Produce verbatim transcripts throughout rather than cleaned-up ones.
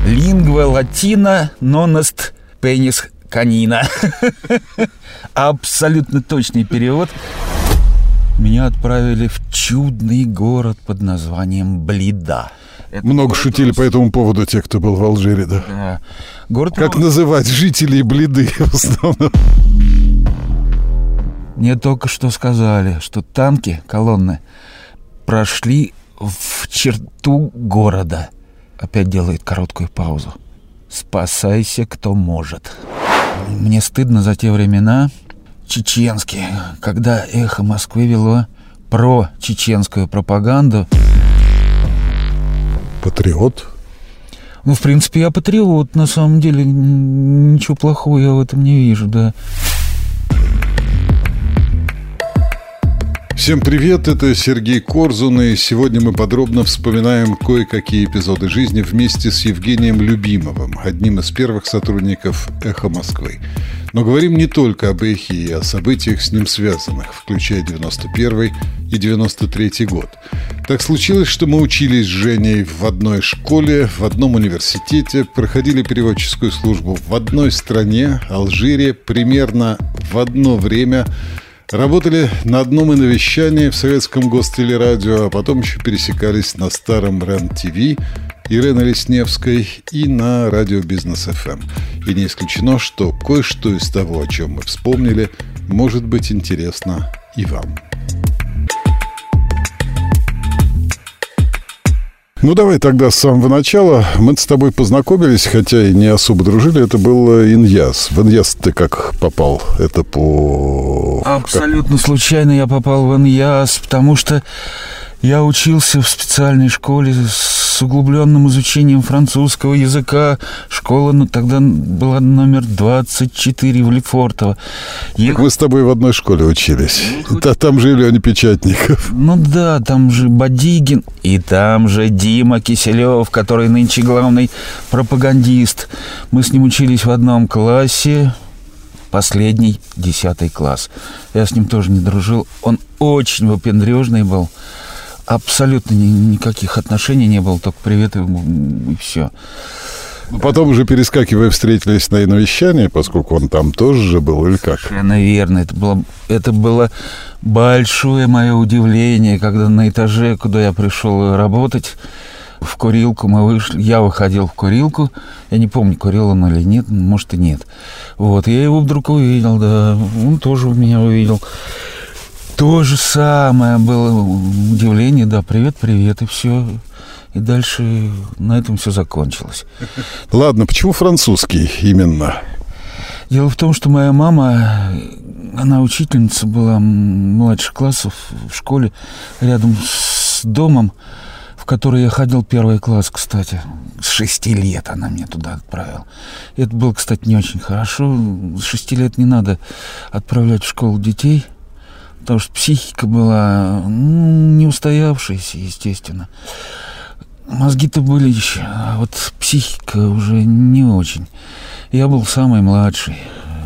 Лингва латина нонест пенис канина. Абсолютно точный перевод. Меня отправили в чудный город под названием Блида. Это Много шутили рус... по этому поводу те, кто был в Алжире, да. да. Город как рус... называть жителей Блиды в основном? Мне только что сказали, что танки, колонны, прошли в черту города. Опять делает короткую паузу. Спасайся, кто может. Мне стыдно за те времена чеченские, когда «Эхо Москвы» вело про чеченскую пропаганду. Патриот? Ну, в принципе, я патриот, на самом деле. Ничего плохого я в этом не вижу, да. Всем привет, это Сергей Корзун, и сегодня мы подробно вспоминаем кое-какие эпизоды жизни вместе с Евгением Любимовым, одним из первых сотрудников «Эхо Москвы». Но говорим не только об «Эхе» и о событиях с ним связанных, включая девяносто первый и девяносто третий год. Так случилось, что мы учились с Женей в одной школе, в одном университете, проходили переводческую службу в одной стране, Алжире, примерно в одно время. Работали на одном иновещании в советском гостелерадио, а потом еще пересекались на старом РЕН-ТВ Ирены Лесневской и на радио Бизнес эф эм. И не исключено, что кое-что из того, о чем мы вспомнили, может быть интересно и вам. Ну, давай тогда с самого начала. Мы с тобой познакомились, хотя и не особо дружили. Это был Иньяз. В Иньяз ты как попал? Это по... Абсолютно случайно я попал в Иньяз, потому что я учился в специальной школе с углубленным изучением французского языка. Школа ну, тогда была номер двадцать четыре в Лефортово. Я... Так мы с тобой в одной школе учились. Ну, хоть... Там же Леня Печатников. Ну да, там же Бадигин. И там же Дима Киселев, который нынче главный пропагандист. Мы с ним учились в одном классе. Последний, десятый класс. Я с ним тоже не дружил. Он очень выпендрежный был. Абсолютно ни, никаких отношений не было, только привет ему и все. Потом уже перескакивая встретились на иновещании, поскольку он там тоже же был, или как? Совершенно верно. Это было, это было большое мое удивление, когда на этаже, куда я пришел работать, в курилку мы вышли. Я выходил в курилку. Я не помню, курил он или нет, может и нет. Вот, я его вдруг увидел, да. Он тоже меня увидел. То же самое было удивление, да, привет, привет, и все. И дальше на этом все закончилось. Ладно, почему французский именно? Дело в том, что моя мама, она учительница была младших классов в школе рядом с домом, в который я ходил первый класс, кстати. С шести лет она меня туда отправила. Это было, кстати, не очень хорошо. С шести лет не надо отправлять в школу детей, потому что психика была ну, не устоявшаяся, естественно. Мозги-то были еще, а вот психика уже не очень. Я был самый младший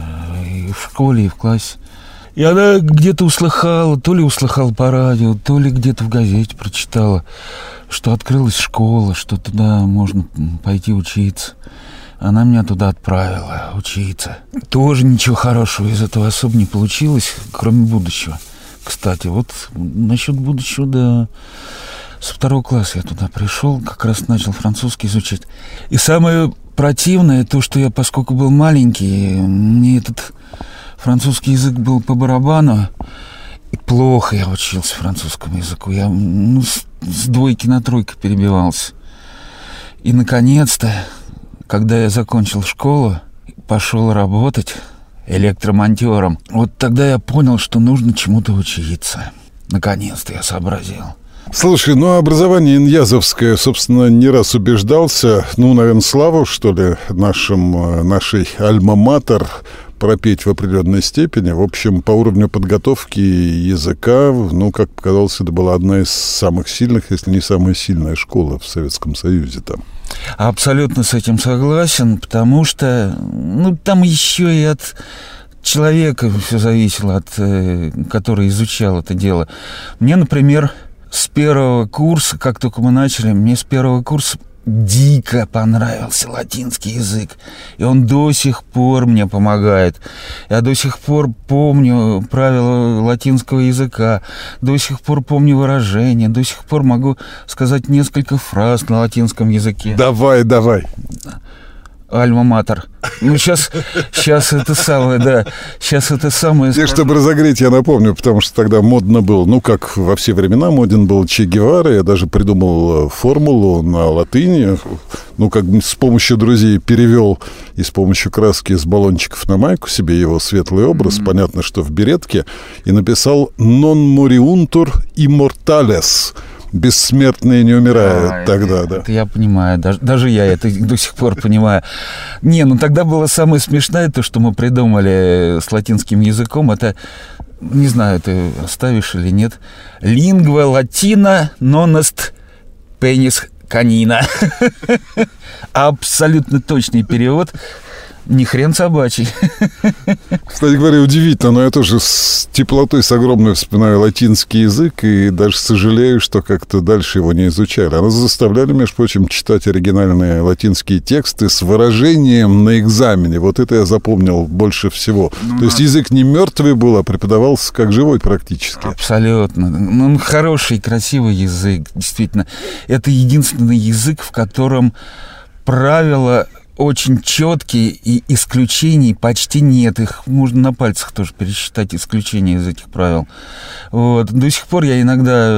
и в школе, и в классе. И она где-то услыхала, то ли услыхала по радио, то ли где-то в газете прочитала, что открылась школа, что туда можно пойти учиться. Она меня туда отправила учиться. Тоже ничего хорошего из этого особо не получилось, кроме будущего. Кстати, вот насчет будущего, да, со второго класса я туда пришел, как раз начал французский изучать. И самое противное то, что я, поскольку был маленький, мне этот французский язык был по барабану, и плохо я учился французскому языку. Я ну, с, с двойки на тройку перебивался. И, наконец-то, когда я закончил школу, пошел работать электромонтером. Вот тогда я понял, что нужно чему-то учиться. Наконец-то я сообразил. Слушай, ну образование иньязовское, собственно, не раз убеждался, ну, наверное, славу, что ли, нашим, нашей альма-матер пропеть в определенной степени. В общем, по уровню подготовки языка, ну, как показалось, это была одна из самых сильных, если не самая сильная школа в Советском Союзе там. Абсолютно с этим согласен, потому что, ну, там еще и от человека все зависело, от, который изучал это дело. Мне, например, с первого курса, как только мы начали, мне с первого курса дико понравился латинский язык. И он до сих пор мне помогает. Я до сих пор помню правила латинского языка, до сих пор помню выражения, до сих пор могу сказать несколько фраз на латинском языке. Давай, давай. Альма-матер. Ну, сейчас, сейчас это самое, да, сейчас это самое... И чтобы разогреть, я напомню, потому что тогда модно был, ну, как во все времена моден был Че Гевара, я даже придумал формулу на латыни, ну, как бы с помощью друзей перевел и с помощью краски с баллончиков на майку себе его светлый образ, mm-hmm. понятно, что в беретке, и написал «Non moriuntur immortales». Бессмертные не умирают а, тогда, это, да. Это я понимаю, даже, даже я это до сих пор понимаю. Не, ну тогда было самое смешное то, что мы придумали с латинским языком, это, не знаю, ты оставишь или нет, «Lingua latina non est penis canina». Абсолютно точный перевод. Ни хрен собачий. Кстати говоря, удивительно, но я тоже с теплотой, с огромной вспоминаю латинский язык и даже сожалею, что как-то дальше его не изучали. А нас заставляли, между прочим, читать оригинальные латинские тексты с выражением на экзамене. Вот это я запомнил больше всего. Ну, То есть язык не мертвый был, а преподавался как живой практически. Абсолютно. Ну, хороший, красивый язык, действительно. Это единственный язык, в котором правила очень четкие, и исключений почти нет. Их можно на пальцах тоже пересчитать, исключения из этих правил. Вот. До сих пор я иногда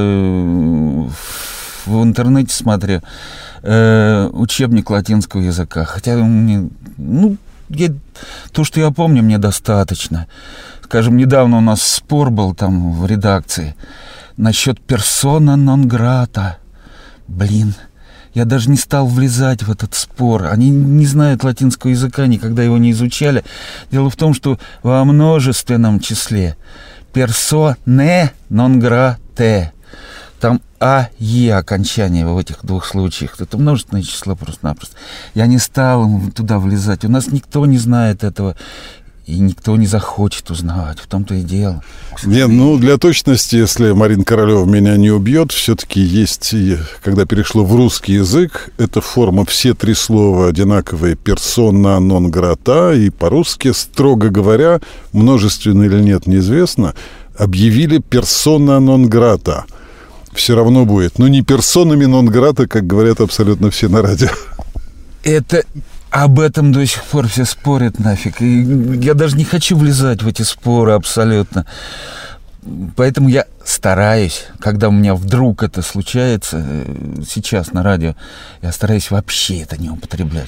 в интернете смотрю э, учебник латинского языка. Хотя мне, ну, я, то, что я помню, мне достаточно. Скажем, недавно у нас спор был там в редакции насчет персона нон грата. Блин. Я даже не стал влезать в этот спор. Они не знают латинского языка, никогда его не изучали. Дело в том, что во множественном числе персоне нон грате. Там а, е окончание в этих двух случаях. Это множественное число просто-напросто. Я не стал туда влезать. У нас никто не знает этого. И никто не захочет узнавать. В том-то и дело. Не, ну, для точности, если Марина Королева меня не убьет, все-таки есть, когда перешло в русский язык, эта форма, все три слова одинаковые, персона нон грата, и по-русски, строго говоря, множественно или нет, неизвестно, объявили персона нон грата. Все равно будет. Но не персонами нон грата, как говорят абсолютно все на радио. Это... Об этом до сих пор все спорят нафиг. И я даже не хочу влезать в эти споры абсолютно. Поэтому я стараюсь, когда у меня вдруг это случается, сейчас на радио, я стараюсь вообще это не употреблять.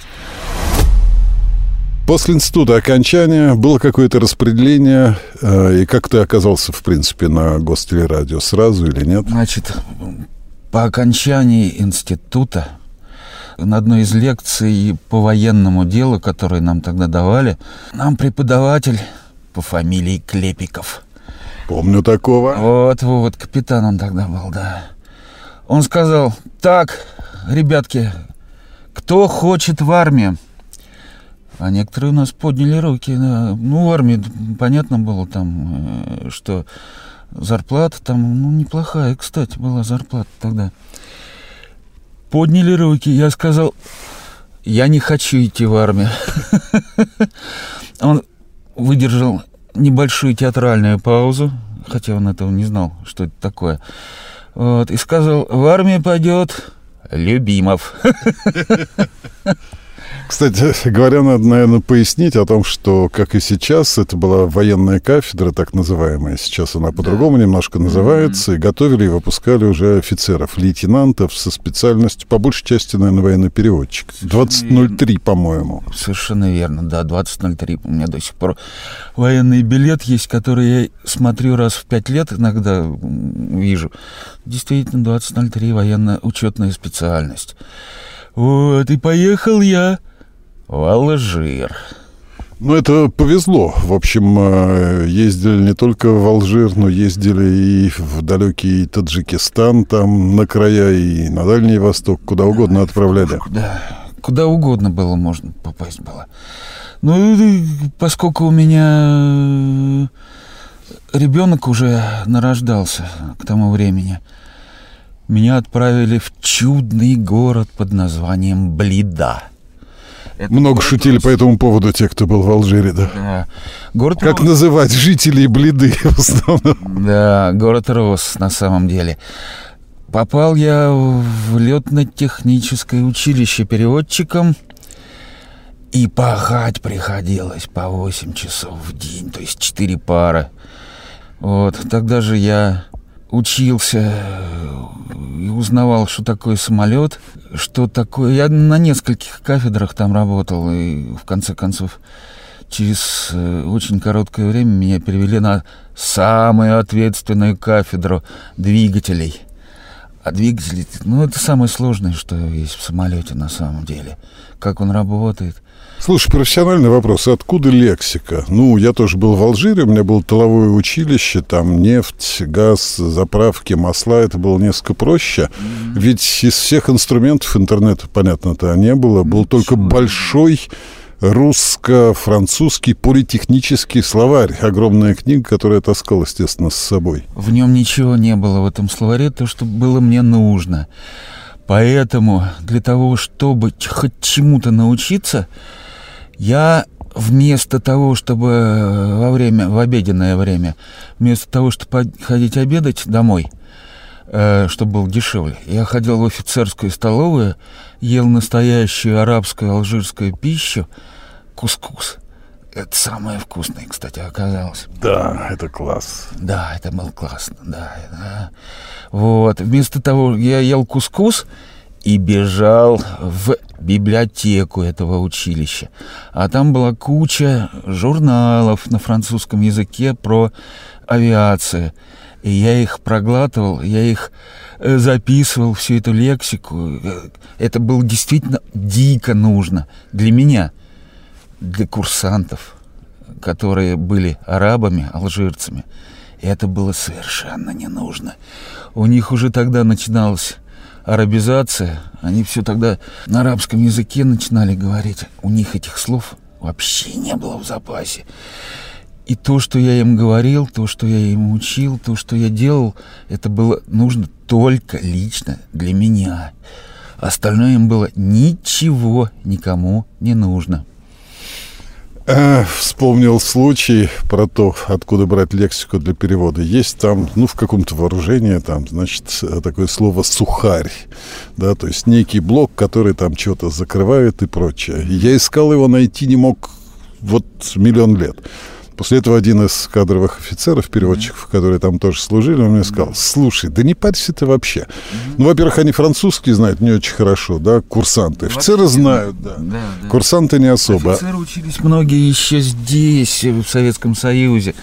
После института окончания было какое-то распределение, и как ты оказался, в принципе, на Гостелерадио, сразу или нет? Значит, по окончании института на одной из лекций по военному делу, которые нам тогда давали, нам преподаватель по фамилии Клепиков. Помню такого. Вот, вот, капитан он тогда был, да. Он сказал: так, ребятки, кто хочет в армию? А некоторые у нас подняли руки. Да. Ну, в армии, понятно было там, что зарплата там, ну, неплохая, кстати, была зарплата тогда. Подняли руки, я сказал: я не хочу идти в армию. Он выдержал небольшую театральную паузу, хотя он этого не знал, что это такое. Вот, и сказал: в армию пойдет Любимов. Кстати говоря, надо, наверное, пояснить о том, что, как и сейчас, это была военная кафедра, так называемая. Сейчас она по-другому да. немножко называется. Mm-hmm. И готовили и выпускали уже офицеров, лейтенантов со специальностью, по большей части, наверное, военный переводчик. двадцать ноль три, по-моему. Совершенно верно, да, двадцать ноль три. У меня до сих пор военный билет есть, который я смотрю раз в пять лет, иногда вижу. Действительно, двадцать ноль три, военно-учетная специальность. Вот, и поехал я в Алжир. Ну, это повезло. В общем, ездили не только в Алжир, но ездили и в далекий Таджикистан, там на края, и на Дальний Восток, куда угодно отправляли. Да, куда угодно было можно попасть было. Ну, поскольку у меня ребенок уже нарождался к тому времени, меня отправили в чудный город под названием Блида. Это Много шутили Рос. По этому поводу те, кто был в Алжире, да. да. Город как Рос. Называть жителей Блиды в основном? Да, город рос на самом деле. Попал я в летно-техническое училище переводчиком, и пахать приходилось по восемь часов в день, то есть четыре пары. Вот, тогда же я учился и узнавал, что такое самолет, что такое... Я на нескольких кафедрах там работал, и в конце концов через очень короткое время меня перевели на самую ответственную кафедру двигателей. А двигатели, ну, это самое сложное, что есть в самолете на самом деле. Как он работает. Слушай, профессиональный вопрос. Откуда лексика? Ну, я тоже был в Алжире, у меня было тыловое училище, там нефть, газ, заправки, масла. Это было несколько проще. Mm-hmm. Ведь из всех инструментов интернета, понятно-то, не было. Был Ничего. Только большой русско-французский политехнический словарь. Огромная книга, которую я таскал, естественно, с собой. В нем ничего не было, в этом словаре, то, что было мне нужно. Поэтому для того, чтобы хоть чему-то научиться, я вместо того, чтобы во время, в обеденное время, вместо того, чтобы ходить обедать домой, э, чтобы было дешевле, я ходил в офицерскую столовую, ел настоящую арабскую алжирскую пищу, кускус. Это самое вкусное, кстати, оказалось. Да, это класс. Да, это было классно, да. да. Вот, вместо того, я ел кускус и бежал в библиотеку этого училища. А там была куча журналов на французском языке про авиацию. И я их проглатывал, я их записывал, всю эту лексику. Это было действительно дико нужно для меня, для курсантов, которые были арабами, алжирцами. Это было совершенно не нужно. У них уже тогда начиналась арабизация. Они все тогда на арабском языке начинали говорить. У них этих слов вообще не было в запасе. И то, что я им говорил, то, что я им учил, то, что я делал, это было нужно только лично для меня. Остальное им было ничего никому не нужно. А, вспомнил случай про то, откуда брать лексику для перевода. Есть там, ну, в каком-то вооружении, там, значит, такое слово «сухарь», да, то есть некий блок, который там что-то закрывает и прочее. И я искал его, найти не мог вот миллион лет. После этого один из кадровых офицеров, переводчиков, которые там тоже служили, он мне сказал: слушай, да не парься ты вообще. Mm-hmm. Ну, во-первых, они французский знают не очень хорошо, да, курсанты. Офицеры знают, да. Да, да. Курсанты не особо. Офицеры учились многие еще здесь, в Советском Союзе.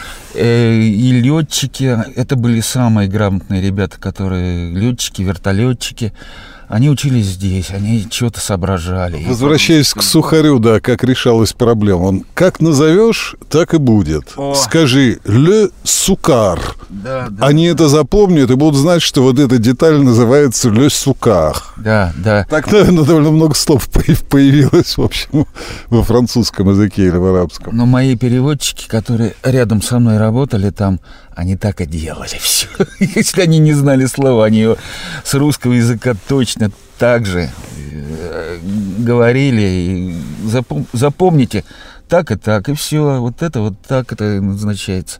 И летчики, это были самые грамотные ребята, которые летчики, вертолетчики. Они учились здесь, они что-то соображали. Возвращаясь к сухарю, да, как решалась проблема. Он как назовешь, так и будет. О. Скажи «le сукар». Да, да, они да. это запомнят и будут знать, что вот эта деталь называется «le сукар». Да, да. Так, наверное, довольно много слов появилось, в общем, во французском языке или в арабском. Но мои переводчики, которые рядом со мной работали там, они так и делали все. Если они не знали слова, они его с русского языка точно так же говорили. И запом- запомните, так и так, и все. Вот это вот так это назначается.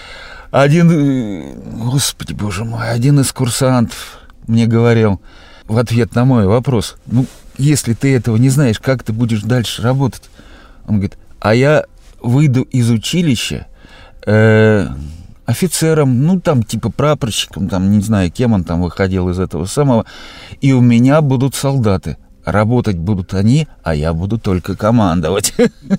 Один, господи, боже мой, один из курсантов мне говорил в ответ на мой вопрос: ну, если ты этого не знаешь, как ты будешь дальше работать? Он говорит: а я выйду из училища э- офицером, ну, там, типа прапорщиком, там, не знаю, кем он там выходил из этого самого, и у меня будут солдаты. Работать будут они, а я буду только командовать.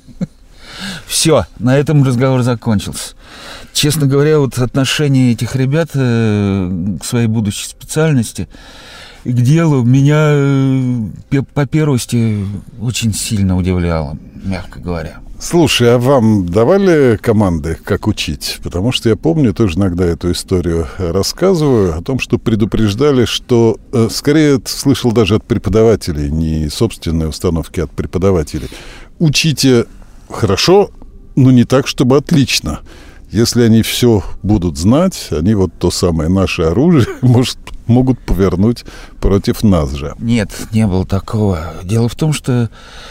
Все, на этом разговор закончился. Честно говоря, вот отношение этих ребят к своей будущей специальности и к делу меня по первости очень сильно удивляло, мягко говоря. Слушай, а вам давали команды, как учить? Потому что я помню, тоже иногда эту историю рассказываю, о том, что предупреждали, что, э, скорее, слышал даже от преподавателей, не собственной установки, а от преподавателей. Учите хорошо, но не так, чтобы отлично. если они все будут знать, они вот то самое наше оружие, может, могут повернуть против нас же. Нет, не было такого. Дело в том, что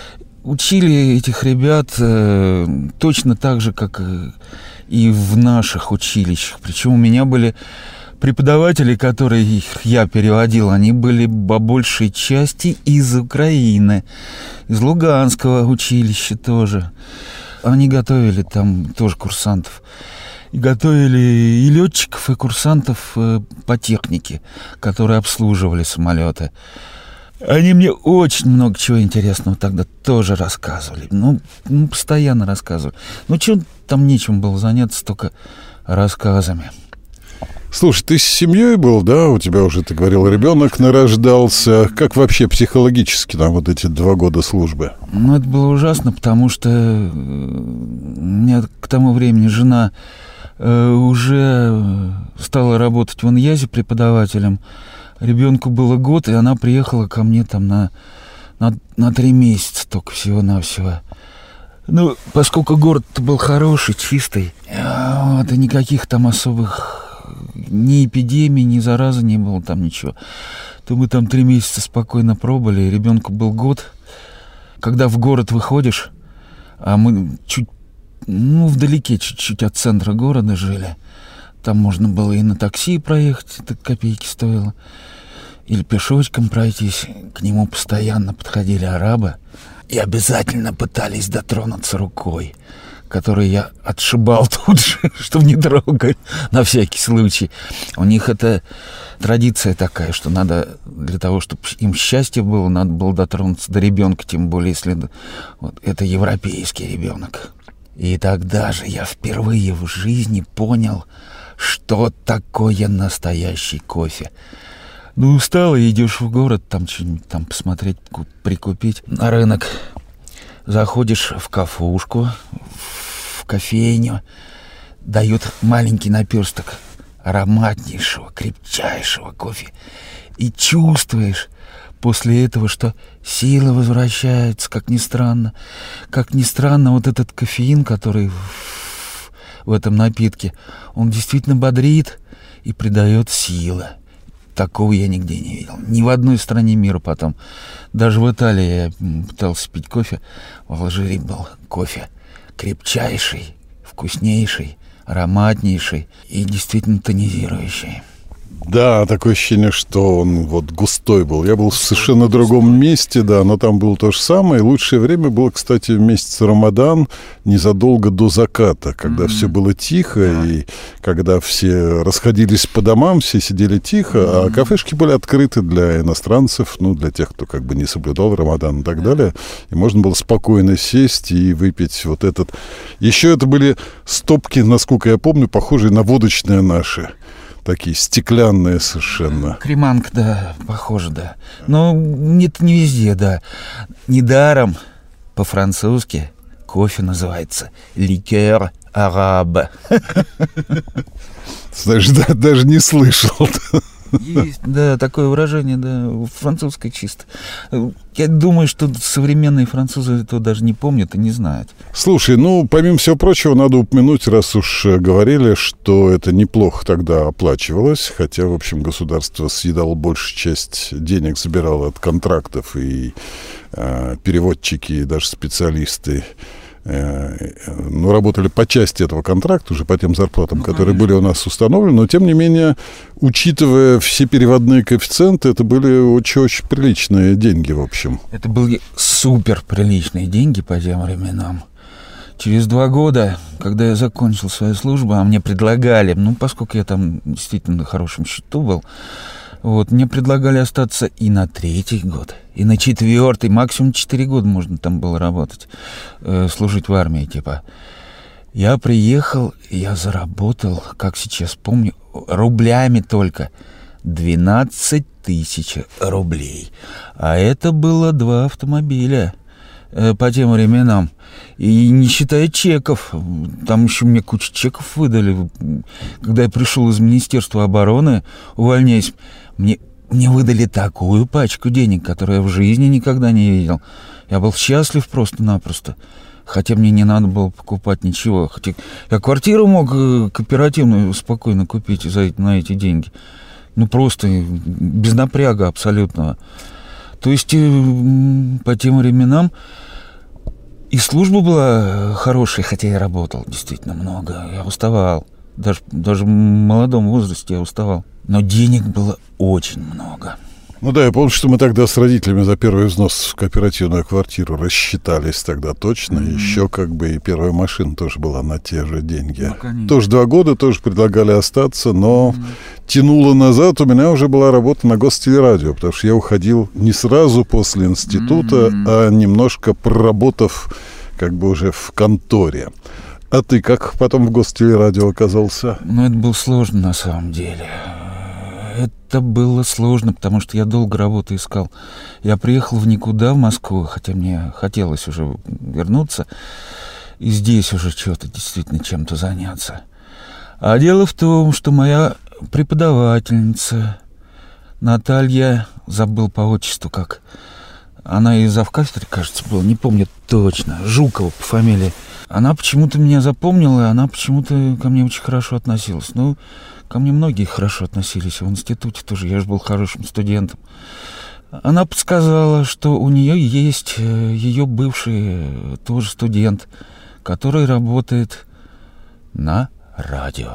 учили этих ребят э, точно так же, как и в наших училищах. Причем у меня были преподаватели, которые я переводил, они были по большей части из Украины, из Луганского училища тоже. Они готовили там тоже курсантов. И готовили и летчиков, и курсантов по технике, которые обслуживали самолеты. Они мне очень много чего интересного тогда тоже рассказывали. Ну, ну постоянно рассказывали. Ну, что там нечем было заняться, только рассказами. Слушай, ты с семьей был, да? У тебя уже, ты говорил, ребенок нарождался. Как вообще психологически там вот эти два года службы? Ну, это было ужасно, потому что у меня к тому времени жена э, уже стала работать в Иньязе преподавателем. Ребенку было год, и она приехала ко мне там на, на, на три месяца только всего-навсего. Ну, поскольку город-то был хороший, чистый, вот, и никаких там особых ни эпидемий, ни заразы не было там ничего, то мы там три месяца спокойно пробыли, ребенку был год. Когда в город выходишь, а мы чуть, ну, вдалеке чуть-чуть от центра города жили, там можно было и на такси проехать, это копейки стоило, или пешочком пройтись. К нему постоянно подходили арабы и обязательно пытались дотронуться рукой, который я отшибал тут же, чтобы не трогать, на всякий случай. У них это традиция такая, что надо, для того, чтобы им счастье было, надо было дотронуться до ребенка, тем более, если вот, это европейский ребенок. И тогда же я впервые в жизни понял, что такое настоящий кофе. Ну, устал и идешь в город, там что-нибудь там посмотреть, прикупить. На рынок заходишь в кафушку, в кофейню, дают маленький наперсток ароматнейшего, крепчайшего кофе. И чувствуешь после этого, что силы возвращаются, как ни странно. Как ни странно, вот этот кофеин, который в, в этом напитке, он действительно бодрит и придает силы. Такого я нигде не видел. Ни в одной стране мира потом. Даже в Италии я пытался пить кофе. В Алжире был кофе крепчайший, вкуснейший, ароматнейший и действительно тонизирующий. Да, такое ощущение, что он вот густой был. Я был в совершенно другом месте, да, но там было то же самое. И лучшее время было, кстати, в месяц Рамадан, незадолго до заката, когда mm-hmm. все было тихо, yeah. и когда все расходились по домам, все сидели тихо, mm-hmm. а кафешки были открыты для иностранцев, ну, для тех, кто как бы не соблюдал Рамадан и так yeah. далее. И можно было спокойно сесть и выпить вот этот... Еще это были стопки, насколько я помню, похожие на водочные наши. Такие стеклянные совершенно. Креманг, да, похоже, да. Но это не везде, да. Недаром по-французски кофе называется ликер араб. Знаешь, да, даже не слышал. Есть, да, такое выражение, да, французское чисто. Я думаю, что современные французы этого даже не помнят и не знают. Слушай, ну, помимо всего прочего, надо упомянуть, раз уж говорили, что это неплохо тогда оплачивалось, хотя, в общем, государство съедало большую часть денег, забирало от контрактов, и э, переводчики, и даже специалисты ну, работали по части этого контракта, уже по тем зарплатам, ну, которые конечно. Были у нас установлены, но, тем не менее, учитывая все переводные коэффициенты, это были очень-очень приличные деньги, в общем. Это были супер приличные деньги по тем временам. Через два года, когда я закончил свою службу, а мне предлагали, ну, поскольку я там действительно на хорошем счету был, вот, мне предлагали остаться и на третий год, и на четвертый, максимум четыре года можно там было работать, э, служить в армии, типа. Я приехал, я заработал, как сейчас помню, рублями только, двенадцать тысяч рублей. А это было два автомобиля э, по тем временам. И не считая чеков, там еще мне кучу чеков выдали. Когда я пришел из Министерства обороны, увольняюсь, мне, мне выдали такую пачку денег, которую я в жизни никогда не видел. Я был счастлив просто-напросто. Хотя мне не надо было покупать ничего. Хотя я квартиру мог кооперативную спокойно купить за, на эти деньги. Ну, просто без напряга абсолютного. То есть по тем временам и служба была хорошая, хотя я работал действительно много. Я уставал. Даже, даже в молодом возрасте я уставал. Но денег было очень много. Ну да, я помню, что мы тогда с родителями за первый взнос в кооперативную квартиру рассчитались тогда точно. Mm-hmm. Еще как бы и первая машина тоже была на те же деньги. Ну, тоже два года, тоже предлагали остаться, но mm-hmm. тянуло назад. У меня уже была работа на Гостелерадио, потому что я уходил не сразу после института, mm-hmm. а немножко проработав как бы уже в конторе. А ты как потом в Гостелерадио оказался? Ну, это было сложно на самом деле. Это было сложно, потому что я долго работу искал. Я приехал в никуда, в Москву, хотя мне хотелось уже вернуться, и здесь уже что-то действительно чем-то заняться. А дело в том, что моя преподавательница Наталья, забыл по отчеству как, она и завкафедры, кажется, была, не помню точно, Жукова по фамилии. Она почему-то меня запомнила, и она почему-то ко мне очень хорошо относилась. Ну, ко мне многие хорошо относились, в институте тоже, я же был хорошим студентом. Она подсказала, что у нее есть ее бывший тоже студент, который работает на радио.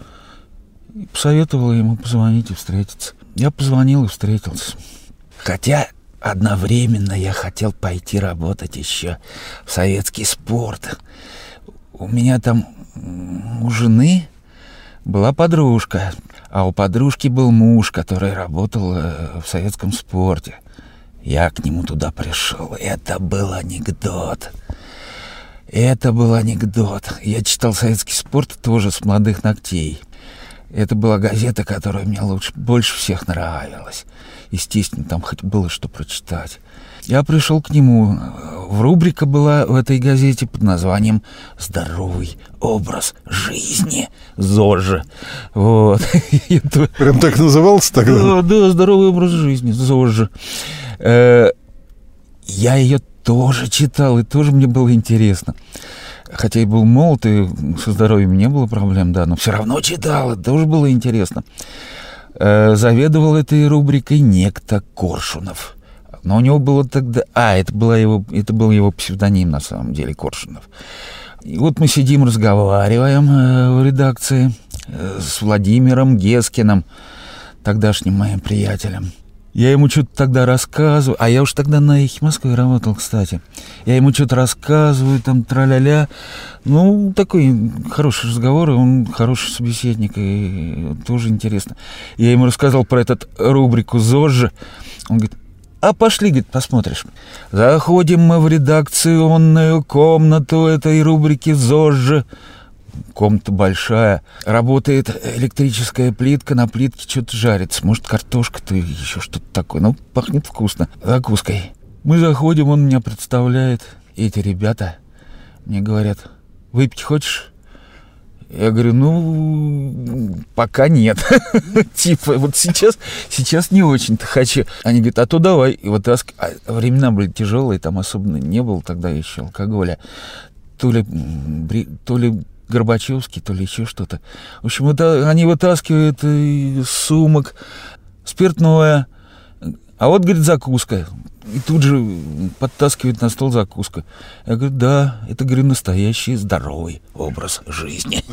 И посоветовала ему позвонить и встретиться. Я позвонил и встретился. Хотя одновременно я хотел пойти работать еще в советский спорт. У меня там у жены была подружка, а у подружки был муж, который работал в советском спорте. Я к нему туда пришел. Это был анекдот. Это был анекдот. Я читал советский спорт тоже с молодых ногтей. Это была газета, которая мне лучше, больше всех нравилась. Естественно, там хоть было что прочитать. Я пришел к нему. Рубрика была в этой газете под названием «Здоровый образ жизни». ЗОЖ. Вот. Прям так назывался тогда? Да, да, «Здоровый образ жизни», ЗОЖ. Я ее тоже читал, и тоже мне было интересно. Хотя и был молод, и со здоровьем не было проблем, да, но все равно читал, это тоже было интересно. Заведовал этой рубрикой некто Коршунов. Но у него было тогда... А, это, была его, это был его псевдоним, на самом деле, Коршунов. И вот мы сидим, разговариваем э, в редакции э, с Владимиром Гескиным, тогдашним моим приятелем. Я ему что-то тогда рассказываю, а я уж тогда на «Эхе Москвы» работал, кстати. Я ему что-то рассказываю, там, тра-ля-ля. Ну, такой хороший разговор, и он хороший собеседник, и тоже интересно. Я ему рассказал про эту рубрику «ЗОЖ». Он говорит: а пошли, говорит, посмотришь. Заходим мы в редакционную комнату этой рубрики «ЗОЖ». Комната большая. Работает электрическая плитка, на плитке что-то жарится. Может, картошка-то или еще что-то такое. Ну, пахнет вкусно. Закуской. Мы заходим, он меня представляет. И эти ребята мне говорят: выпить хочешь? Я говорю: ну, пока нет. Типа, вот сейчас, сейчас не очень-то хочу. Они говорят: а то давай. И вот времена были тяжелые, там особенно не было тогда еще алкоголя. То ли, то ли Горбачевский, то ли еще что-то. В общем, это, они вытаскивают из сумок спиртное. А вот, говорит, закуска. И тут же подтаскивает на стол закуска. Я говорю: да, это, говорю, настоящий здоровый образ жизни.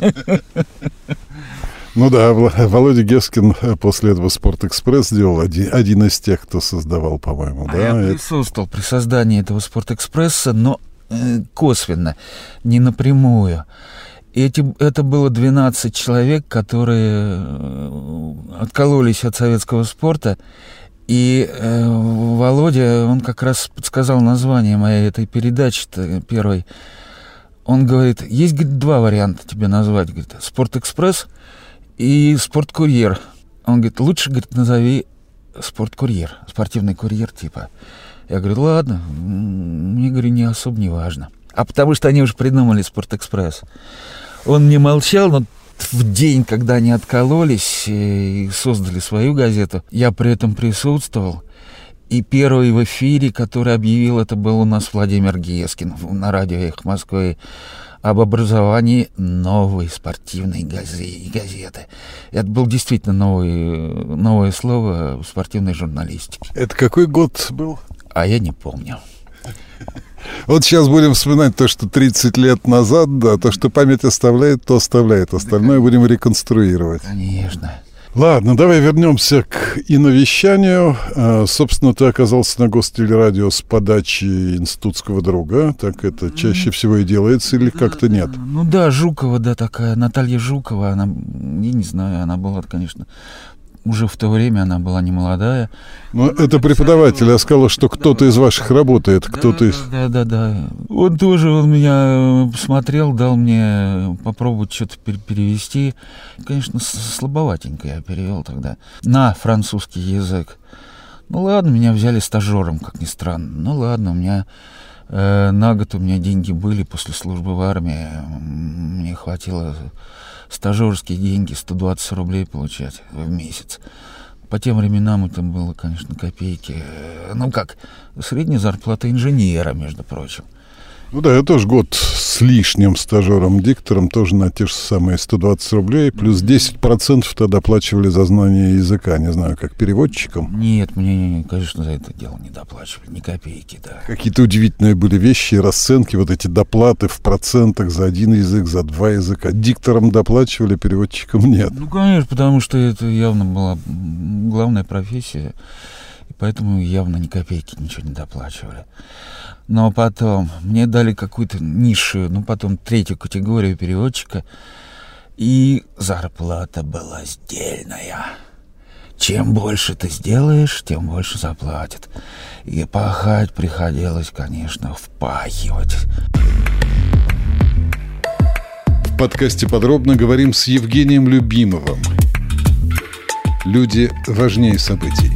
Ну да, Володя Гескин после этого «Спортэкспресс» сделал один, один из тех, кто создавал, по-моему, а да? Я присутствовал при создании этого «Спортэкспресса», но э, косвенно, не напрямую. Эти, это было двенадцать человек, которые откололись от советского спорта. И э, Володя, он как раз подсказал название моей этой передачи первой. Он говорит: есть, говорит, два варианта тебе назвать. Говорит: «Спортэкспресс» и «Спорткурьер». Он говорит: лучше, говорит, назови «Спорткурьер», спортивный курьер типа. Я говорю: ладно, мне, говорю, не особо не важно. А потому что они уже придумали «Спортэкспресс». Он не молчал, но в день, когда они откололись и создали свою газету, я при этом присутствовал. И первый в эфире, который объявил, это был у нас Владимир Гескин на радио «Эхо Москвы», об образовании новой спортивной газеты. Это было действительно новое, новое слово в спортивной журналистике. Это какой год был? А я не помню. Вот сейчас будем вспоминать то, что тридцать лет назад, да, то, что память оставляет, то оставляет. Остальное да, будем реконструировать. Конечно. Ладно, давай вернемся к иновещанию. А, собственно, ты оказался на Гостелерадио с подачи институтского друга. Так это чаще всего и делается или да, как-то нет? Ну да, Жукова, да, такая, Наталья Жукова, она, я не знаю, она была, конечно... Уже в то время она была не молодая. Ну, это преподаватель. Я сказала, что кто-то из ваших работает, кто-то из... Да, да, да. Он тоже, он меня посмотрел, дал мне попробовать что-то перевести. Конечно, слабоватенько я перевел тогда на французский язык. Ну ладно, меня взяли стажером, как ни странно. Ну ладно, у меня э, на год у меня деньги были после службы в армии. Мне хватило... стажерские деньги, сто двадцать рублей получать в месяц. По тем временам это было, конечно, копейки. Ну как, средняя зарплата инженера, между прочим. Ну да, я тоже год с лишним стажером-диктором, тоже на те же самые сто двадцать рублей, плюс десять процентов тогда доплачивали за знание языка, не знаю, как переводчикам. Нет, мне, конечно, за это дело не доплачивали, ни копейки, да. Какие-то удивительные были вещи и расценки, вот эти доплаты в процентах за один язык, за два языка. Дикторам доплачивали, переводчикам нет. Ну, конечно, потому что это явно была главная профессия, и поэтому явно ни копейки ничего не доплачивали. Но потом мне дали какую-то низшую, ну, потом третью категорию переводчика, и зарплата была сдельная. Чем больше ты сделаешь, тем больше заплатят. И пахать приходилось, конечно, впахивать. В подкасте подробно говорим с Евгением Любимовым. Люди важнее событий.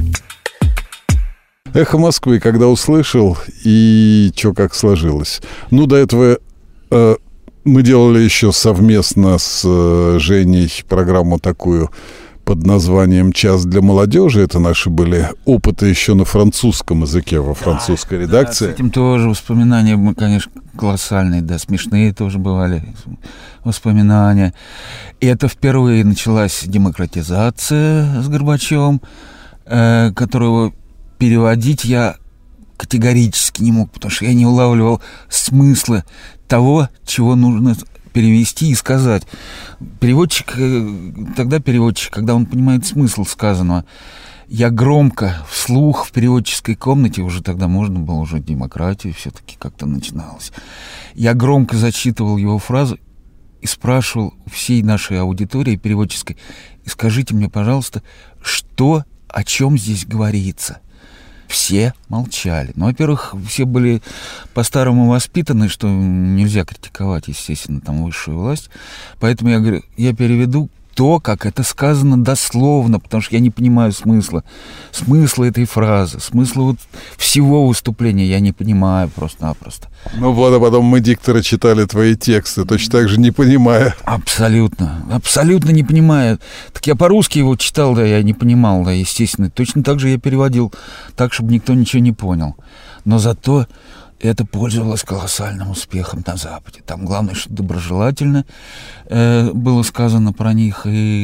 «Эхо Москвы», когда услышал, и что как сложилось. Ну, до этого э, мы делали еще совместно с э, Женей программу такую под названием «Час для молодежи». Это наши были опыты еще на французском языке, во французской да, редакции. Да, с этим тоже воспоминания, конечно, колоссальные, да, смешные тоже бывали воспоминания. И это впервые началась демократизация с Горбачевым, э, которого... переводить я категорически не мог, потому что я не улавливал смысла того, чего нужно перевести и сказать. Переводчик, тогда переводчик, когда он понимает смысл сказанного, я громко, вслух в переводческой комнате, уже тогда можно было, уже демократия все-таки как-то начиналась, я громко зачитывал его фразу и спрашивал у всей нашей аудитории переводческой: скажите мне, пожалуйста, что, о чем здесь говорится? Все молчали. Ну, во-первых, все были по-старому воспитаны, что нельзя критиковать, естественно, там высшую власть. Поэтому я говорю, я переведу то, как это сказано дословно, потому что я не понимаю смысла, смысла этой фразы, смысла вот всего выступления я не понимаю просто-напросто. Ну вот, а потом мы, дикторы, читали твои тексты, точно так же не понимая. Абсолютно, абсолютно не понимаю. Так я по-русски его читал, да, я не понимал, да, естественно. Точно так же я переводил так, чтобы никто ничего не понял. Но зато это пользовалось колоссальным успехом на Западе. Там главное, что доброжелательно э, было сказано про них,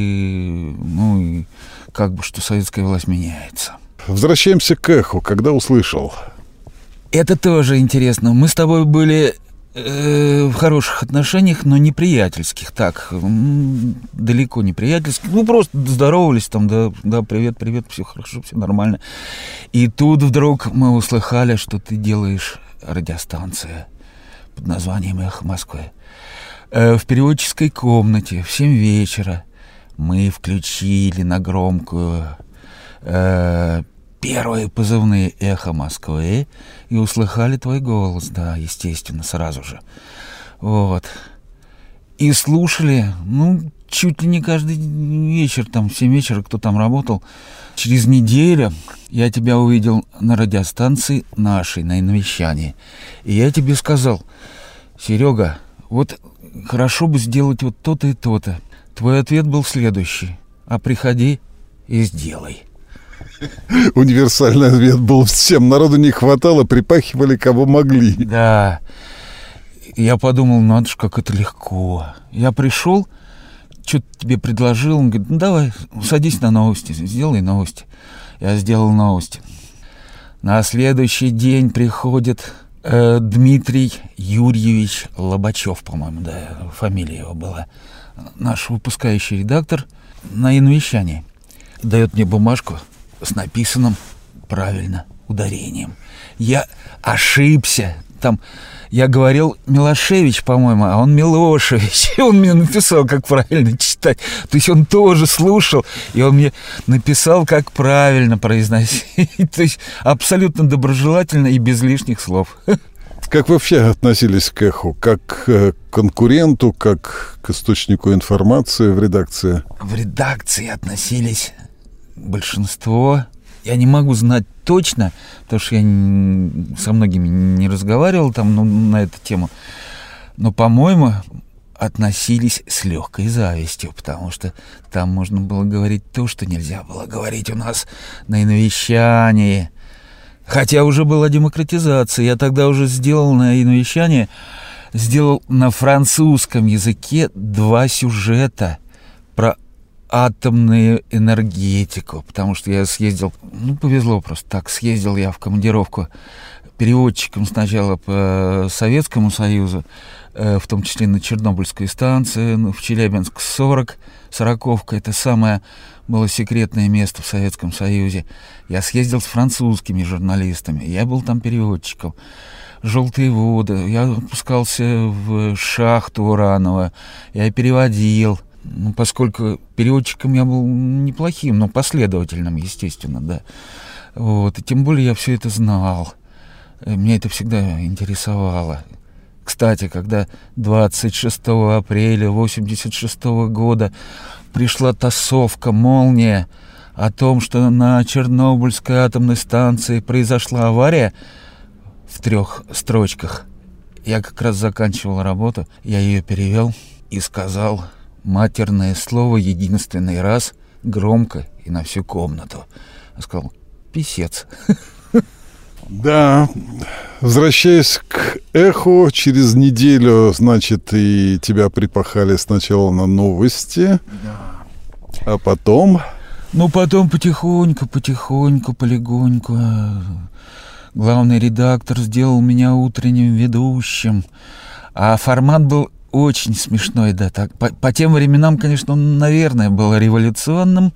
и, ну, и как бы, что советская власть меняется. Возвращаемся к эху. Когда услышал? Это тоже интересно. Мы с тобой были э, в хороших отношениях, но не приятельских. Так, м- далеко не приятельских. Ну, просто здоровались там, да, да, привет, привет, все хорошо, все нормально. И тут вдруг мы услыхали, что ты делаешь радиостанция под названием «Эхо Москвы». Э, в переводческой комнате в семь вечера мы включили на громкую э, первые позывные «Эхо Москвы» и услыхали твой голос, да, естественно, сразу же. Вот. И слушали, ну, чуть ли не каждый вечер, там, в семь вечера, кто там работал. Через неделю я тебя увидел на радиостанции нашей, на иновещании. И я тебе сказал: Серега, вот хорошо бы сделать вот то-то и то-то. Твой ответ был следующий: а приходи и сделай. Универсальный ответ был всем. Народу не хватало, припахивали кого могли. Да. Я подумал, надо же, как это легко. Я пришел, что-то тебе предложил. Он говорит, ну давай, садись на новости, сделай новости. Я сделал новости. На следующий день приходит э, Дмитрий Юрьевич Лобачев, по-моему, да, фамилия его была. Наш выпускающий редактор на инвещании. Дает мне бумажку с написанным правильно ударением. Я ошибся. Там я говорил Милошевич, по-моему, а он Милошевич. И он мне написал, как правильно читать. То есть он тоже слушал, и он мне написал, как правильно произносить. То есть абсолютно доброжелательно и без лишних слов. Как вы вообще относились к «Эху»? Как к конкуренту, как к источнику информации в редакции? В редакции относились большинство. Я не могу знать точно, потому что я со многими не разговаривал там, ну, на эту тему. Но, по-моему, относились с легкой завистью, потому что там можно было говорить то, что нельзя было говорить у нас на инвещании. Хотя уже была демократизация. Я тогда уже сделал на инвещании, сделал на французском языке два сюжета про атомную энергетику, потому что я съездил, ну, повезло просто так, съездил я в командировку переводчиком сначала по Советскому Союзу, э, в том числе на Чернобыльскую станцию, ну, в Челябинск сорок, сороковка, это самое было секретное место в Советском Союзе. Я съездил с французскими журналистами, я был там переводчиком. «Желтые воды», я опускался в шахту урановую, я переводил. Ну, поскольку переводчиком я был неплохим, но последовательным, естественно, да. Вот. И тем более я все это знал. Меня это всегда интересовало. Кстати, когда двадцать шестого апреля восемьдесят шестого года пришла тасовка «Молния» о том, что на Чернобыльской атомной станции произошла авария в трех строчках, я как раз заканчивал работу, я ее перевел и сказал матерное слово единственный раз, громко и на всю комнату. Я сказал «писец». Да, возвращаясь к «Эху», через неделю, значит, и тебя припахали сначала на новости, да. А потом... Ну, потом потихоньку, потихоньку, полегоньку. Главный редактор сделал меня утренним ведущим, а формат был очень смешной, да, так. По, по тем временам, конечно, он, наверное, был революционным.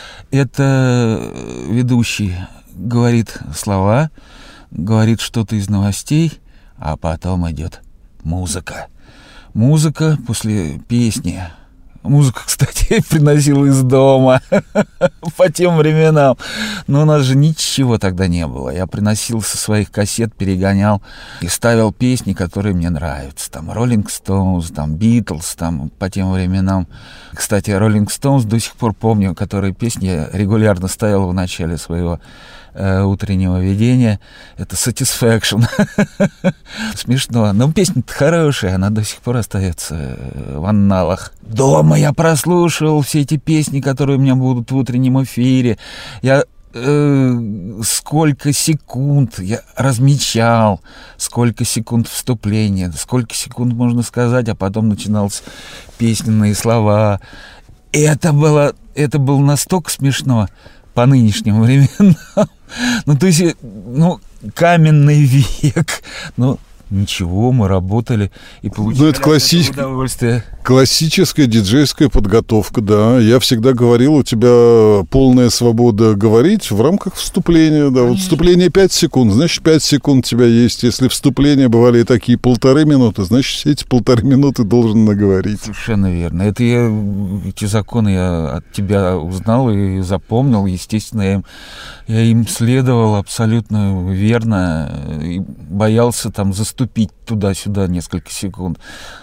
Это ведущий говорит слова, говорит что-то из новостей, а потом идет музыка. Музыка после песни. Музыку, кстати, приносил из дома по тем временам. Но у нас же ничего тогда не было. Я приносил со своих кассет, перегонял и ставил песни, которые мне нравятся. Там Rolling Stones, там Beatles, там по тем временам. Кстати, Rolling Stones до сих пор помню, которые песни я регулярно ставил в начале своего э, утреннего ведения. Это Satisfaction. Смешно. Но песня-то хорошая, она до сих пор остается в анналах. Дома я прослушивал все эти песни, которые у меня будут в утреннем эфире. Я э, сколько секунд я размечал, сколько секунд вступления, сколько секунд можно сказать, а потом начинались песенные слова. И это было, это было настолько смешно по нынешним временам. Ну, то есть, ну, каменный век. Ну, ничего, мы работали и получили ну, это классич... удовольствие. Классическая диджейская подготовка, да. Я всегда говорил, у тебя полная свобода говорить в рамках вступления, да. Вот вступление пять секунд, значит, пять секунд у тебя есть. Если вступления бывали такие полторы минуты, значит, все эти полторы минуты должен наговорить. Совершенно верно. Это я, эти законы я от тебя узнал и запомнил. Естественно, я им, я им следовал абсолютно верно и боялся там заступить туда-сюда несколько секунд.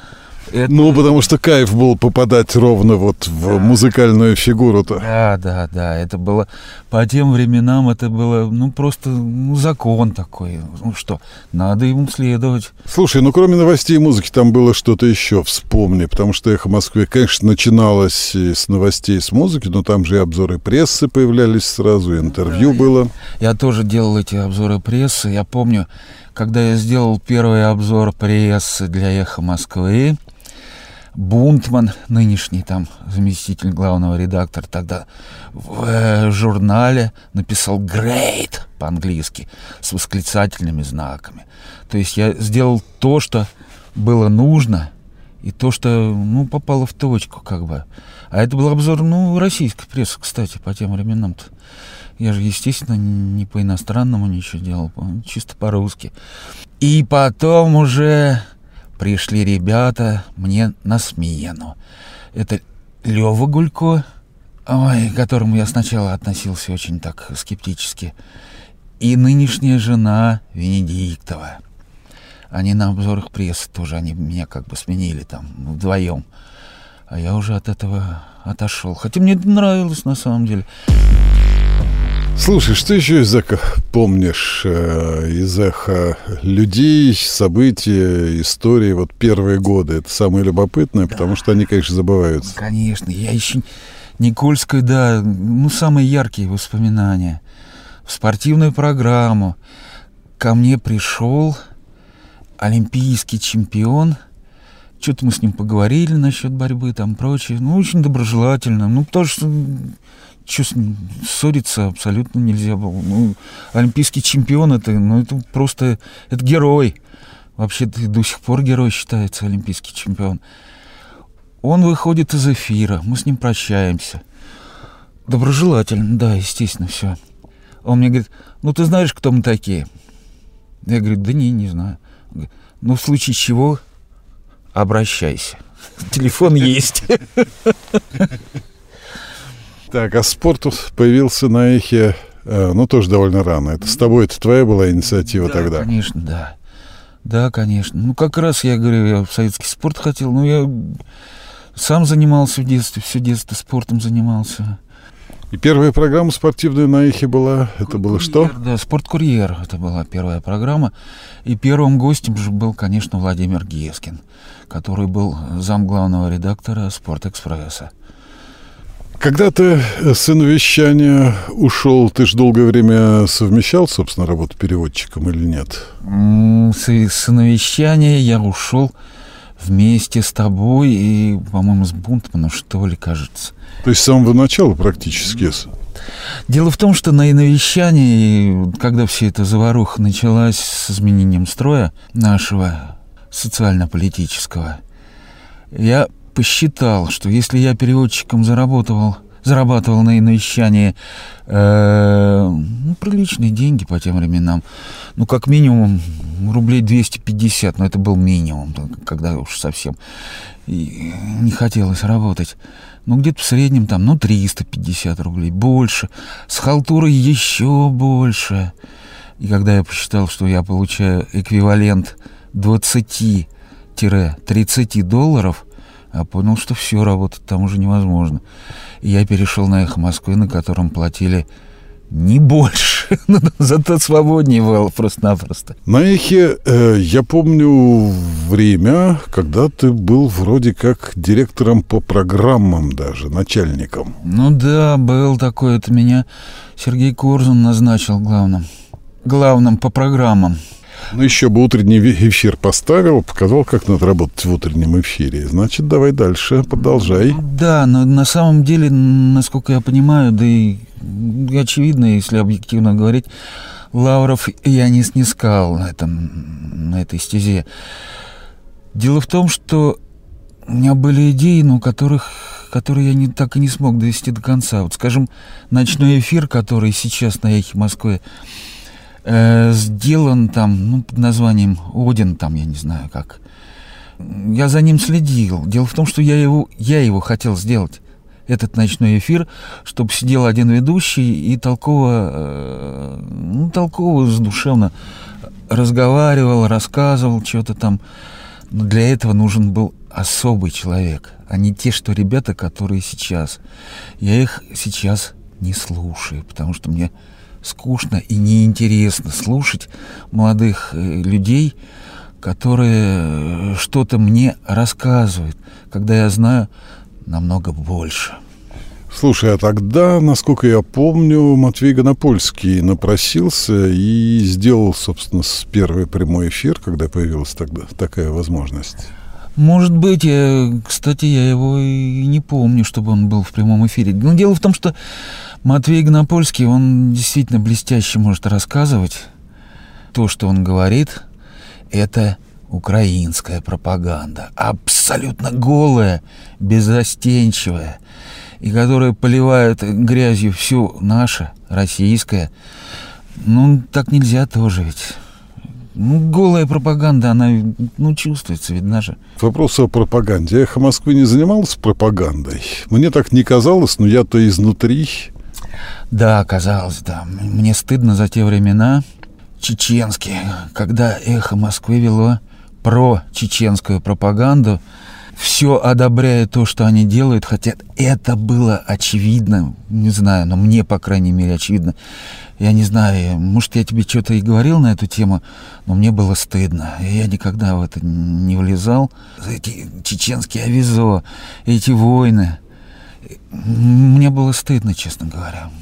Это... Ну, потому что кайф был попадать ровно вот в да. музыкальную фигуру-то. Да, да, да. Это было по тем временам, это было, ну, просто ну, закон такой. Ну что, надо ему следовать. Слушай, ну, кроме новостей и музыки, там было что-то еще, вспомни. Потому что «Эхо Москвы», конечно, начиналось с новостей, с музыки, но там же и обзоры прессы появлялись сразу, и интервью да, было. Я, я тоже делал эти обзоры прессы. Я помню, когда я сделал первый обзор прессы для «Эхо Москвы», Бунтман, нынешний там заместитель главного редактора, тогда в э, журнале написал «great» по-английски с восклицательными знаками. То есть я сделал то, что было нужно, и то, что, ну, попало в точку, как бы. А это был обзор, ну, российской прессы, кстати, по тем временам-то. Я же, естественно, не по-иностранному ничего делал, чисто по-русски. И потом уже пришли ребята мне на смену. Это Лёва Гулько, ой, к которому я сначала относился очень так скептически, и нынешняя жена Венедиктова. Они на обзорах прессы тоже, они меня как бы сменили там вдвоем. А я уже от этого отошел. Хотя мне это нравилось на самом деле. Слушай, что еще из «Эха» помнишь? Э, из «Эха» людей, события, истории, вот первые годы. Это самое любопытное, да. Потому что они, конечно, забываются. Конечно. Я еще Никольскую, да, ну, самые яркие воспоминания. В спортивную программу ко мне пришел олимпийский чемпион. Что-то мы с ним поговорили насчет борьбы, там, прочее. Ну, очень доброжелательно. Ну, потому что... Что с ним ссориться абсолютно нельзя было. Ну, олимпийский чемпион это, ну, это просто это герой. Вообще-то до сих пор герой считается, олимпийский чемпион. Он выходит из эфира, мы с ним прощаемся. Доброжелательно, да, естественно, все. Он мне говорит: ну ты знаешь, кто мы такие? Я говорю: да не, не знаю. Он говорит: ну в случае чего обращайся. Телефон есть. Так, а спорт появился на «Эхе», ну, тоже довольно рано. Это с тобой, это твоя была инициатива да, тогда? Конечно, да. Да, конечно. Ну, как раз я говорю, я в советский спорт хотел. Ну, я сам занимался в детстве, все детство спортом занимался. И первая программа спортивная на «Эхе» была, это было что? Да, «Спорткурьер», это была первая программа. И первым гостем же был, конечно, Владимир Гескин, который был зам главного редактора «Спортэкспресса». Когда ты с инвещания ушел, ты же долгое время совмещал, собственно, работу переводчиком или нет? С, с инвещания я ушел вместе с тобой и, по-моему, с Бунтманом, что ли, кажется. То есть с самого начала практически? Дело в том, что на инвещании, когда вся эта заваруха началась с изменением строя нашего социально-политического, я посчитал, что если я переводчиком заработал, зарабатывал на инвещании э, ну, приличные деньги по тем временам, ну, как минимум рублей двести пятьдесят, но это был минимум, когда уж совсем и не хотелось работать. Ну, где-то в среднем там, ну, триста пятьдесят рублей, больше. С халтурой еще больше. И когда я посчитал, что я получаю эквивалент двадцати-тридцати долларов, я понял, что все, работать там уже невозможно. И я перешел на «Эхо Москвы», на котором платили не больше, зато свободнее было просто-напросто. На «Эхе» э, я помню время, когда ты был вроде как директором по программам даже, начальником. Ну да, был такой. Это меня Сергей Корзун назначил главным. Главным по программам. Ну, еще бы утренний эфир поставил, показал, как надо работать в утреннем эфире. Значит, давай дальше, продолжай. Да, но на самом деле, насколько я понимаю, да и очевидно, если объективно говорить, лавров я не снискал на, этом, на этой стезе. Дело в том, что у меня были идеи, но которых, которые я не, так и не смог довести до конца. Вот, скажем, ночной эфир, который сейчас на «Эхе Москвы», Э, сделан там, ну, под названием «Один», там, я не знаю как. Я за ним следил. Дело в том, что я его, я его хотел сделать, этот ночной эфир, чтобы сидел один ведущий и толково, э, ну, толково, задушевно разговаривал, рассказывал что-то там. Но для этого нужен был особый человек, а не те, что ребята, которые сейчас. Я их сейчас не слушаю, потому что мне скучно и неинтересно слушать молодых людей, которые что-то мне рассказывают, когда я знаю намного больше. Слушай, а тогда, насколько я помню, Матвей Гонопольский напросился и сделал, собственно, первый прямой эфир, когда появилась тогда такая возможность. Может быть, я, кстати, я его и не помню, чтобы он был в прямом эфире. Но дело в том, что Матвей Гонопольский, он действительно блестяще может рассказывать. То, что он говорит, это украинская пропаганда. Абсолютно голая, беззастенчивая. И которая поливает грязью все наше, российское. Ну, так нельзя тоже ведь. Ну, голая пропаганда, она, ну, чувствуется, видно же. Вопрос о пропаганде. Эхо Москвы не занималась пропагандой? Мне так не казалось, но я-то изнутри. Да, казалось, да. Мне стыдно за те времена чеченские, когда Эхо Москвы вело про-чеченскую пропаганду, все одобряя то, что они делают, хотя это было очевидно, не знаю, но мне, по крайней мере, очевидно. Я не знаю, может, я тебе что-то и говорил на эту тему, но мне было стыдно. Я никогда в это не влезал. Эти чеченские авизо, эти войны. Мне было стыдно, честно говоря.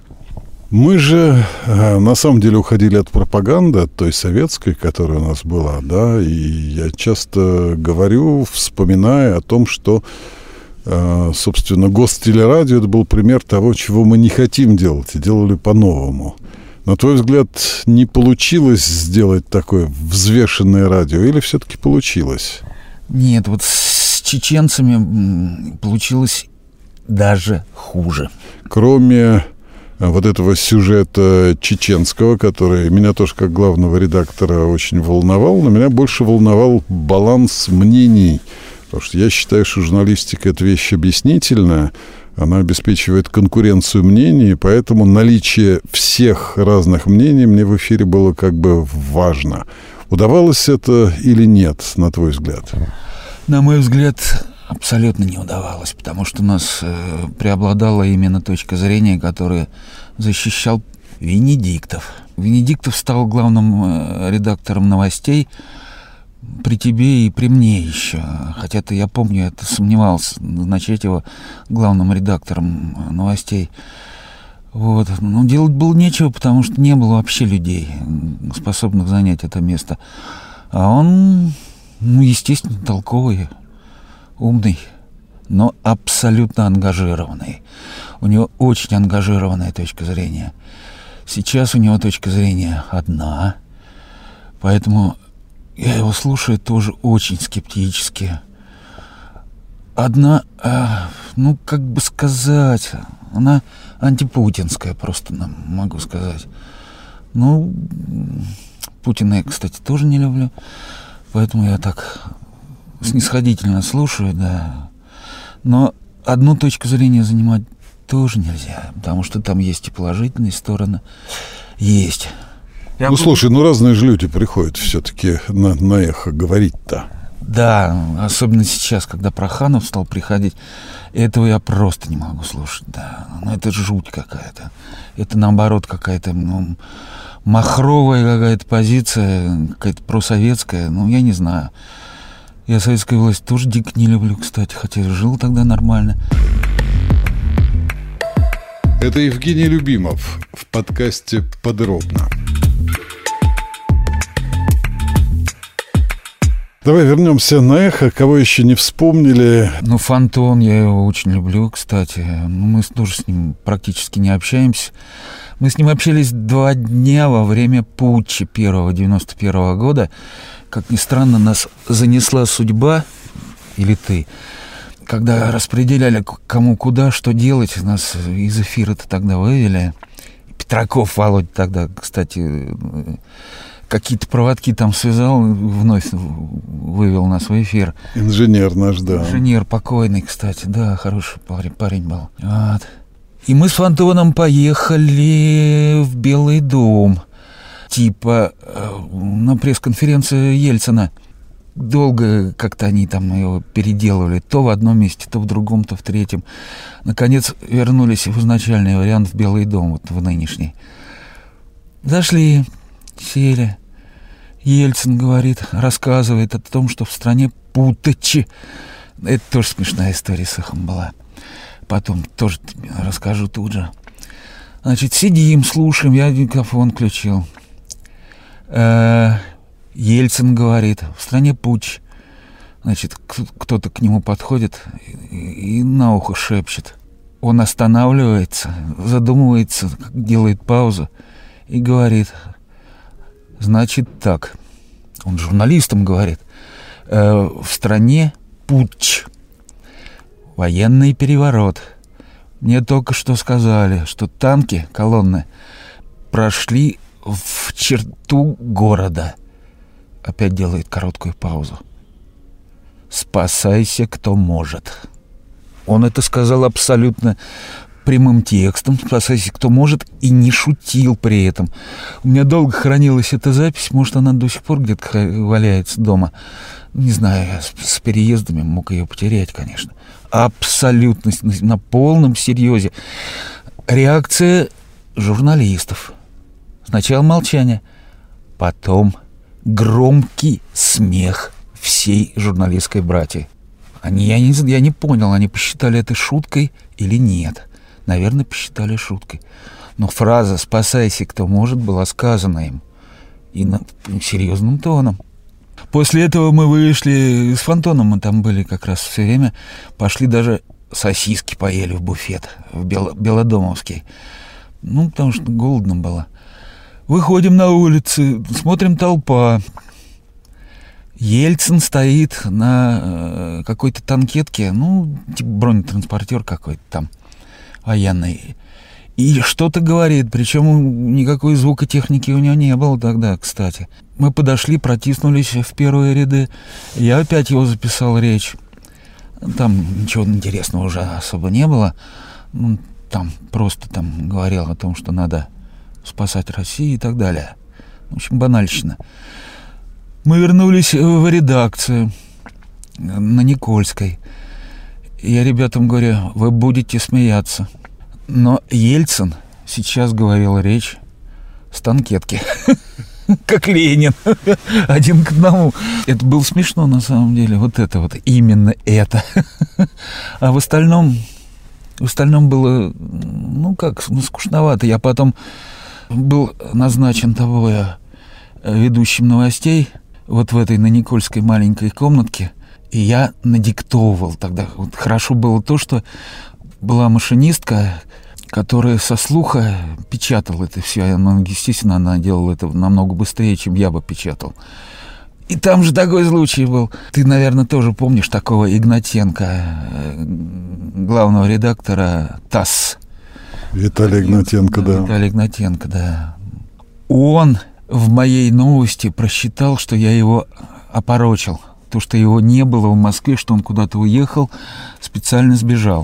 Мы же на самом деле уходили от пропаганды, от той советской, которая у нас была, да, и я часто говорю, вспоминая о том, что, собственно, Гостелерадио — это был пример того, чего мы не хотим делать, и делали по-новому. На твой взгляд, не получилось сделать такое взвешенное радио, или все-таки получилось? Нет, вот с чеченцами получилось даже хуже. Кроме вот этого сюжета чеченского, который меня тоже как главного редактора очень волновал, но меня больше волновал баланс мнений. Потому что я считаю, что журналистика — это вещь объяснительная, она обеспечивает конкуренцию мнений, поэтому наличие всех разных мнений мне в эфире было как бы важно. Удавалось это или нет, на твой взгляд? На мой взгляд, абсолютно не удавалось, потому что у нас э, преобладала именно точка зрения, которую защищал Венедиктов. Венедиктов стал главным э, редактором новостей при тебе и при мне еще. Хотя-то я помню, я сомневался назначать его главным редактором новостей. Вот. Но делать было нечего, потому что не было вообще людей, способных занять это место. А он, ну, естественно, толковый, умный, но абсолютно ангажированный. У него очень ангажированная точка зрения. Сейчас у него точка зрения одна, поэтому я его слушаю тоже очень скептически. Одна, э, ну, как бы сказать, она антипутинская просто, могу сказать. Ну, Путина я, кстати, тоже не люблю, поэтому я так снисходительно слушаю, да. Но одну точку зрения занимать тоже нельзя, потому что там есть и положительные стороны. Есть. Я ну, буду... слушай, ну разные же люди приходят все-таки на, на эхо говорить-то. Да, особенно сейчас, когда Проханов стал приходить, этого я просто не могу слушать, да. Ну, это жуть какая-то. Это, наоборот, какая-то, ну, махровая какая-то позиция, какая-то просоветская, ну, я не знаю. Я советскую власть тоже дико не люблю, кстати, хотя жил тогда нормально. Это Евгений Любимов в подкасте «Подробно». Давай вернемся на эхо. Кого еще не вспомнили? Ну, Фонтон, я его очень люблю, кстати. Ну, мы тоже с ним практически не общаемся. Мы с ним общались два дня во время путча первого девяносто первого года. Как ни странно, нас занесла судьба, или ты, когда распределяли кому куда, что делать. Нас из эфира-то тогда вывели. Петраков Володя тогда, кстати, какие-то проводки там связал, вновь вывел нас в эфир. Инженер наш, да. Инженер покойный, кстати, да, хороший парень, парень был. Вот. И мы с Фонтоном поехали в Белый дом, типа на пресс-конференцию Ельцина. долго как-то они там его переделывали. То в одном месте, то в другом, то в третьем. Наконец вернулись в изначальный вариант, в Белый дом, вот в нынешний. Зашли, сели. Ельцин говорит, рассказывает о том, что в стране путачи. Это тоже смешная история с эхом была. Потом тоже расскажу тут же. Значит, сидим, слушаем, я микрофон включил. Ельцин говорит, в стране путч. Значит, кто-то к нему подходит и на ухо шепчет. Он останавливается, задумывается, делает паузу и говорит, значит так. Он журналистам говорит, в стране путч, военный переворот. Мне только что сказали, что танки, колонны, прошли в черту города. Опять делает короткую паузу. Спасайся, кто может. Он это сказал абсолютно прямым текстом. Спасайся, кто может, и не шутил при этом. У меня долго хранилась эта запись. Может, она до сих пор где-то валяется дома. Не знаю, я с, с переездами мог ее потерять, конечно. Абсолютно, на полном серьезе. Реакция журналистов. Сначала молчание, потом громкий смех всей журналистской братьи. Они, я, не, я не понял, они посчитали это шуткой или нет. Наверное, посчитали шуткой. Но фраза «спасайся, кто может» была сказана им. И на, серьезным тоном. После этого мы вышли с Фонтоном, мы там были как раз все время. Пошли даже сосиски поели в буфет, в Бело, Белодомовский. Ну, потому что голодно было. Выходим на улицу, смотрим, толпа. Ельцин стоит на какой-то танкетке, ну, типа бронетранспортер какой-то там, военный. И что-то говорит, причем никакой звукотехники у него не было тогда, кстати. Мы подошли, протиснулись в первые ряды. Я опять его записал речь. Там ничего интересного уже особо не было. Ну, там просто там говорил о том, что надо спасать Россию и так далее. В общем, банальщина. Мы вернулись в редакцию на Никольской. Я ребятам говорю, вы будете смеяться. Но Ельцин сейчас говорил речь с танкетки. Как Ленин. Один к одному. Это было смешно на самом деле. Вот это вот. Именно это. А в остальном... В остальном было... Ну как, ну скучновато. Я потом был назначен тобой ведущим новостей вот в этой на Никольской маленькой комнатке. И я надиктовывал тогда. Вот хорошо было то, что была машинистка, которая со слуха печатала это все. Ну, естественно, она делала это намного быстрее, чем я бы печатал. И там же такой случай был. Ты, наверное, тоже помнишь такого Игнатенко, главного редактора ТАСС. Виталий Игнатенко, да. Виталий Игнатенко, да. Он в моей новости просчитал, что я его опорочил. То, что его не было в Москве, что он куда-то уехал, специально сбежал.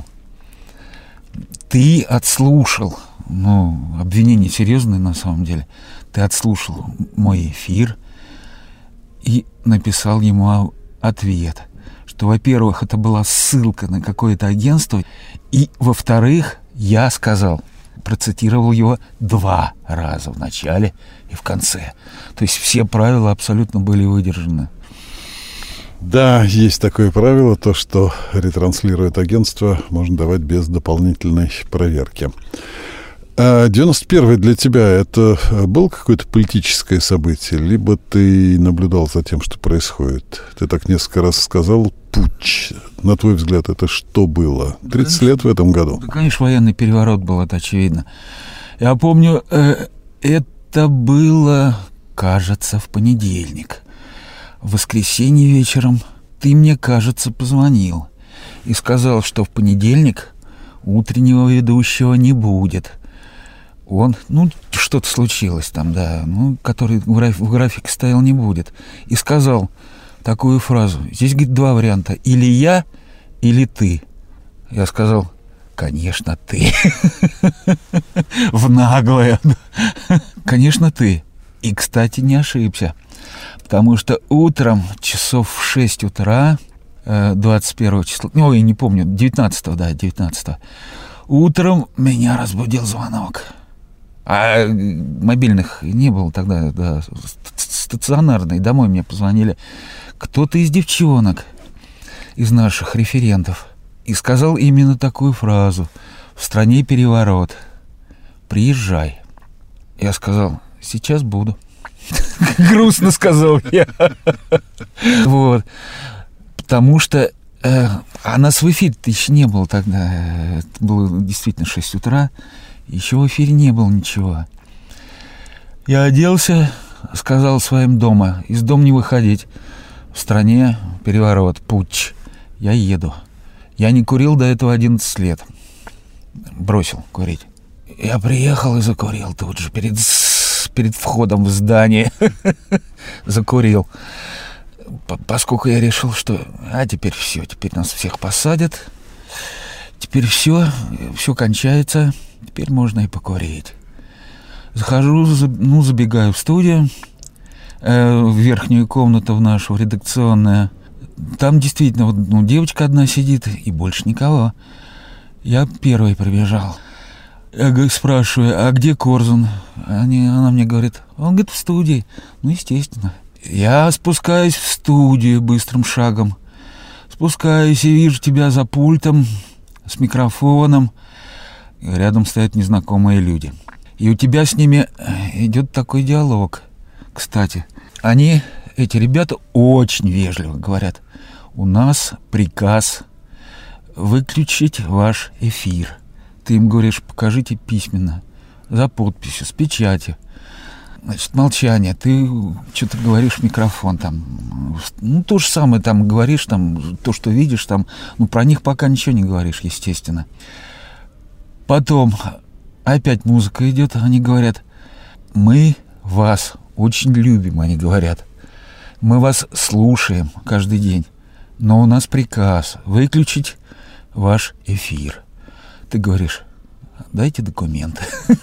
Ты отслушал, ну, обвинение серьезное на самом деле, ты отслушал мой эфир и написал ему ответ, что, во-первых, это была ссылка на какое-то агентство, и, во-вторых, я сказал, процитировал его два раза в начале и в конце. То есть все правила абсолютно были выдержаны. Да, есть такое правило, то, что ретранслирует агентство, можно давать без дополнительной проверки. А девяносто первый для тебя это было какое-то политическое событие, либо ты наблюдал за тем, что происходит? Ты так несколько раз сказал «путч». На твой взгляд, это что было? тридцать лет в этом году? Да, конечно, военный переворот был, это очевидно. Я помню, э, это было, кажется, в понедельник. В воскресенье вечером ты мне, кажется, позвонил и сказал, что в понедельник утреннего ведущего не будет. Он, ну, что-то случилось там, да, ну, который в, граф, в графике стоял, не будет. И сказал такую фразу. Здесь, говорит, два варианта. Или я, или ты. Я сказал, конечно, ты. В наглое. Конечно, ты. И, кстати, не ошибся. Потому что утром, часов в шесть утра, двадцать первого числа, ой, не помню, девятнадцатого, да, девятнадцатого, утром меня разбудил звонок. А мобильных не было тогда, да, стационарный. Домой мне позвонили кто-то из девчонок, из наших референтов, и сказал именно такую фразу: «В стране переворот. Приезжай». Я сказал: «Сейчас буду». Грустно сказал я. Вот. Потому что э, а нас в эфире-то еще не было тогда. Это было действительно шесть утра. Еще в эфире не было ничего. Я оделся, сказал своим дома: из дома не выходить. В стране переворот, путч. Я еду. Я не курил до этого одиннадцать лет. Бросил курить. Я приехал и закурил тут же, перед, перед входом в здание. Закурил. Поскольку я решил, что а теперь все, теперь нас всех посадят. Теперь все, все кончается. Теперь можно и покурить. Захожу, ну, забегаю в студию, э, в верхнюю комнату в нашу, редакционную. Там действительно вот, ну, девочка одна сидит, и больше никого. Я первый прибежал. Я говорю, спрашиваю: а где Корзун? Они, она мне говорит: он, говорит, в студии. Ну, естественно. Я спускаюсь в студию быстрым шагом. Спускаюсь и вижу тебя за пультом, с микрофоном. Рядом стоят незнакомые люди. И у тебя с ними идет такой диалог. Кстати, они, эти ребята, очень вежливо говорят: у нас приказ выключить ваш эфир. Ты им говоришь: покажите письменно, за подписью, с печатью. Значит, молчание. Ты что-то говоришь в микрофон там. Ну, то же самое там говоришь, там, то, что видишь там. Ну, про них пока ничего не говоришь, естественно. Потом опять музыка идет, они говорят: мы вас очень любим, они говорят. Мы вас слушаем каждый день, но у нас приказ выключить ваш эфир. Ты говоришь: дайте документы.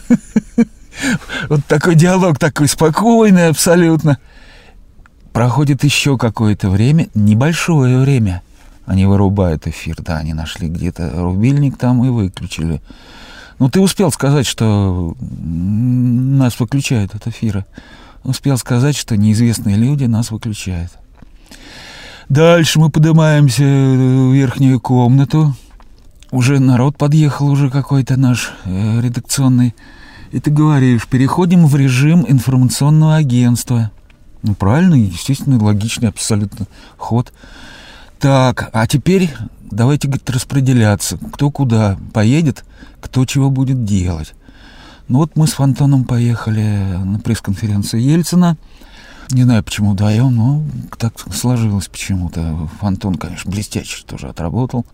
Вот такой диалог, такой спокойный абсолютно. Проходит еще какое-то время, небольшое время. Они вырубают эфир, да, они нашли где-то рубильник там и выключили. Ну, ты успел сказать, что нас выключают от эфира. Успел сказать, что неизвестные люди нас выключают. Дальше мы поднимаемся в верхнюю комнату. Уже народ подъехал, уже какой-то наш э, редакционный. И ты говоришь: переходим в режим информационного агентства. Ну, правильно, естественно, логичный абсолютно ход. Так, а теперь давайте, говорит, распределяться. Кто куда поедет, кто чего будет делать. Ну вот мы с Фонтоном поехали на пресс-конференцию Ельцина. Не знаю, почему вдвоем, но так сложилось почему-то. Фонтон, конечно, блестяще тоже отработал.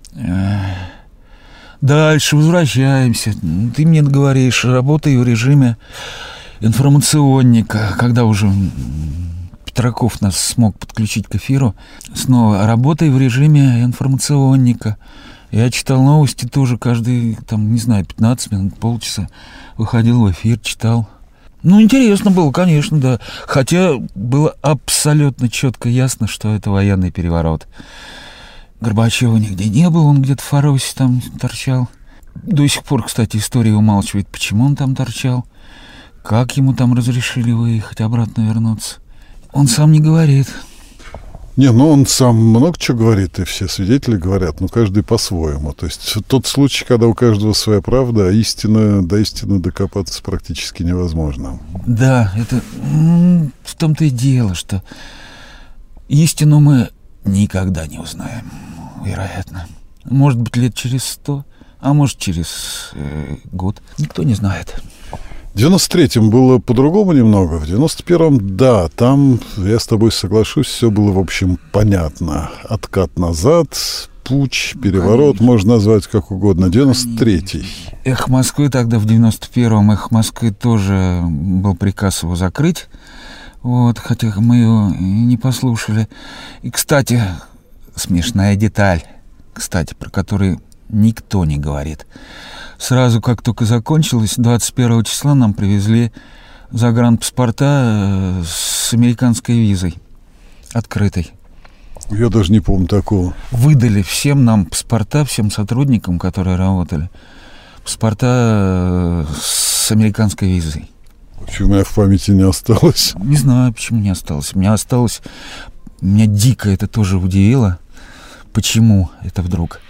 Дальше возвращаемся. Ты мне говоришь: работай в режиме информационника. Когда уже Петраков нас смог подключить к эфиру, снова работай в режиме информационника. Я читал новости тоже каждый, там, не знаю, пятнадцать минут, полчаса. Выходил в эфир, читал. Ну, интересно было, конечно, да. Хотя было абсолютно четко ясно, что это военный переворот. Горбачева нигде не было, он где-то в Фаросе там торчал. До сих пор, кстати, история умалчивает, почему он там торчал, как ему там разрешили выехать, обратно вернуться. Он сам не говорит. Не, ну он сам много чего говорит, и все свидетели говорят, но каждый по-своему. То есть тот случай, когда у каждого своя правда, а истина, до истины докопаться практически невозможно. Да, это в том-то и дело, что истину мы никогда не узнаем, вероятно. Может быть, лет через сто, а может, через э, год. Никто не знает. В девяносто третьем было по-другому немного. В девяносто первом, да, там, я с тобой соглашусь, все было, в общем, понятно. Откат назад, путч, переворот, ну, можно назвать как угодно. девяносто третий. «Эхо Москвы» тогда в девяносто первом, «Эхо Москвы» тоже был приказ его закрыть. Вот, хотя мы его не послушали. И, кстати, смешная деталь, кстати, про которую никто не говорит. Сразу, как только закончилось, двадцать первого числа нам привезли загранпаспорта с американской визой, открытой. Я даже не помню такого. Выдали всем нам паспорта, всем сотрудникам, которые работали, паспорта с американской визой. Почему у меня в памяти не осталось? Не знаю, почему не осталось. У меня осталось... Меня дико это тоже удивило. Почему это вдруг?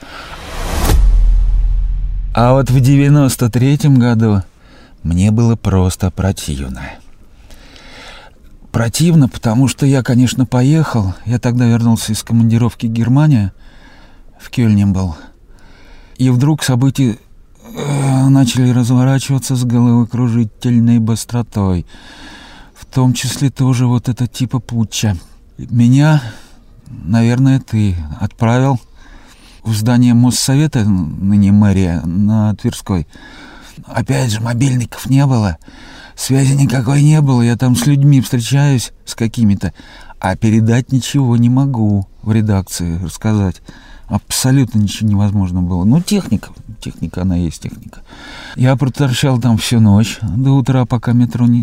А вот в девяносто третьем году мне было просто противно. Противно, потому что я, конечно, поехал. Я тогда вернулся из командировки в Германию. В Кёльне был. И вдруг события э, начали разворачиваться с головокружительной быстротой. В том числе тоже вот это типа путча. Меня, наверное, ты отправил в здание Моссовета, ныне мэрия, на Тверской. Опять же, мобильников не было, связи никакой не было. Я там с людьми встречаюсь, с какими-то, а передать ничего не могу в редакции, рассказать. Абсолютно ничего невозможно было. Ну, техника, техника, она есть техника. Я проторчал там всю ночь до утра, пока метро не,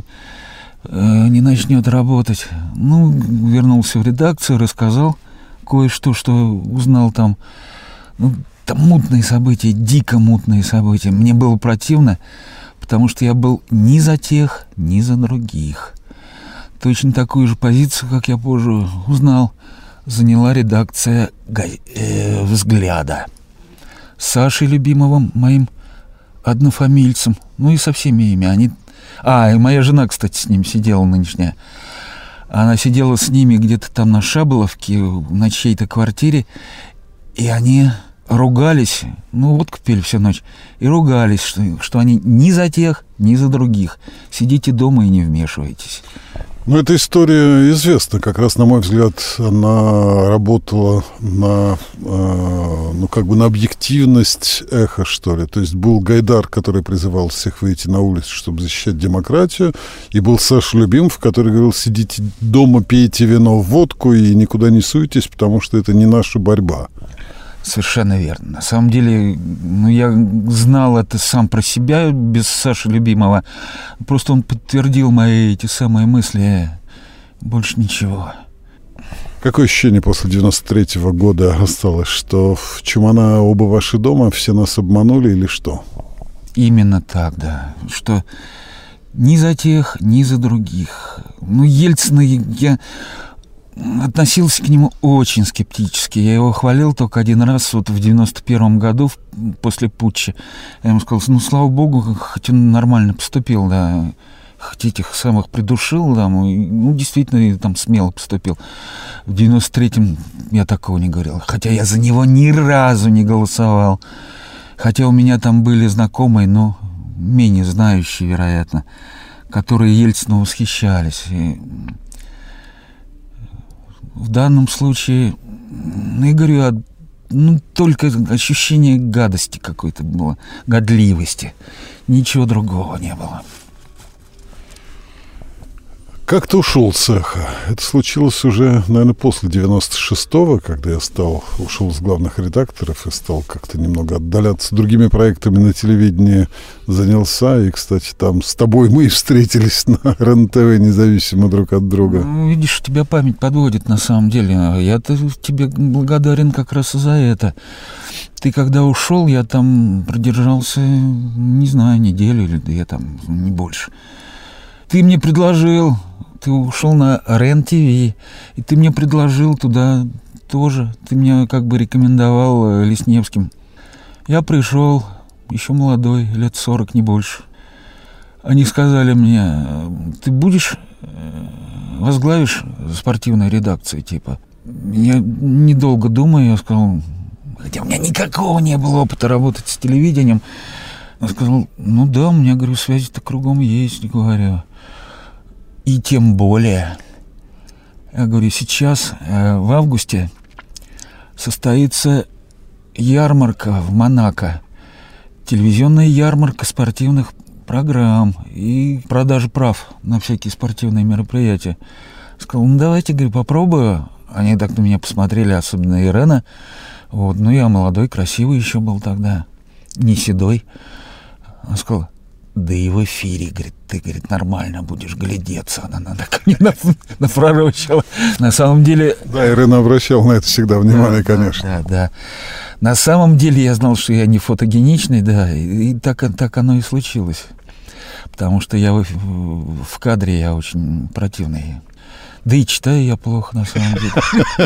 э, не начнет работать. Ну, вернулся в редакцию, рассказал кое-что, что узнал там. Ну, там мутные события, дико мутные события. Мне было противно, потому что я был ни за тех, ни за других. Точно такую же позицию, как я позже узнал, заняла редакция э, «Взгляда». С Сашей Любимовым, моим однофамильцем, ну и со всеми ими. Они... А, и моя жена, кстати, с ним сидела нынешняя. Она сидела с ними где-то там на Шаболовке, на чьей-то квартире, и они ругались, ну водку пили всю ночь, и ругались, что, что они ни за тех, ни за других. Сидите дома и не вмешивайтесь. Ну, эта история известна. Как раз, на мой взгляд, она работала на, э, ну, как бы на объективность эхо, что ли. То есть был Гайдар, который призывал всех выйти на улицу, чтобы защищать демократию, и был Саша Любимов, который говорил: сидите дома, пейте вино, водку и никуда не суетесь, потому что это не наша борьба. Совершенно верно. На самом деле, ну, я знал это сам про себя, без Саши Любимова. Просто он подтвердил мои эти самые мысли. Больше ничего. Какое ощущение после девяносто третьего года осталось, что в Чумана оба ваши дома, все нас обманули или что? Именно так, да. Что ни за тех, ни за других. Ну, Ельцина я... относился к нему очень скептически. Я его хвалил только один раз, вот в девяносто первом году, после путча. Я ему сказал: ну, слава богу, хоть он нормально поступил, да, хоть этих самых придушил, да, ну, действительно, там смело поступил. В девяносто третьем я такого не говорил. Хотя я за него ни разу не голосовал. Хотя у меня там были знакомые, но менее знающие, вероятно, которые Ельцину восхищались. И в данном случае, ну, я говорю, ну, только ощущение гадости какой-то было, годливости. Ничего другого не было. Как ты ушел с эхо? Это случилось уже, наверное, после девяносто шестого, когда я стал, ушел с главных редакторов и стал как-то немного отдаляться другими проектами на телевидении, занялся. И, кстати, там с тобой мы и встретились на РЕН-ТВ, независимо друг от друга. Ну, видишь, тебя память подводит на самом деле. Я-то тебе благодарен как раз и за это. Ты когда ушел, я там продержался, не знаю, неделю или две, там, не больше. Ты мне предложил, ты ушел на РЕН-ТВ, и ты мне предложил туда тоже, ты меня как бы рекомендовал Лесневским. Я пришел, еще молодой, лет сорок, не больше. Они сказали мне: ты будешь, возглавишь спортивную редакцию, типа. Я, недолго думая, я сказал, хотя у меня никакого не было опыта работать с телевидением, я сказал: ну да, у меня, говорю, связи-то кругом есть, говорю. И тем более, я говорю, сейчас, э, в августе, состоится ярмарка в Монако. Телевизионная ярмарка спортивных программ и продажа прав на всякие спортивные мероприятия. Сказал: ну давайте, говорю, попробую. Они так на меня посмотрели, особенно Ирена. Вот, ну я молодой, красивый еще был тогда, не седой. Она сказала: Да и в эфире, говорит, ты, говорит, нормально будешь глядеться. Она, она так мне напророчила. На самом деле... Да, Ирина обращала на это всегда внимание, да, конечно. Да, да. На самом деле я знал, что я не фотогеничный, да, и, и так, так оно и случилось. Потому что я в, в кадре я очень противный. Да и читаю я плохо, на самом деле.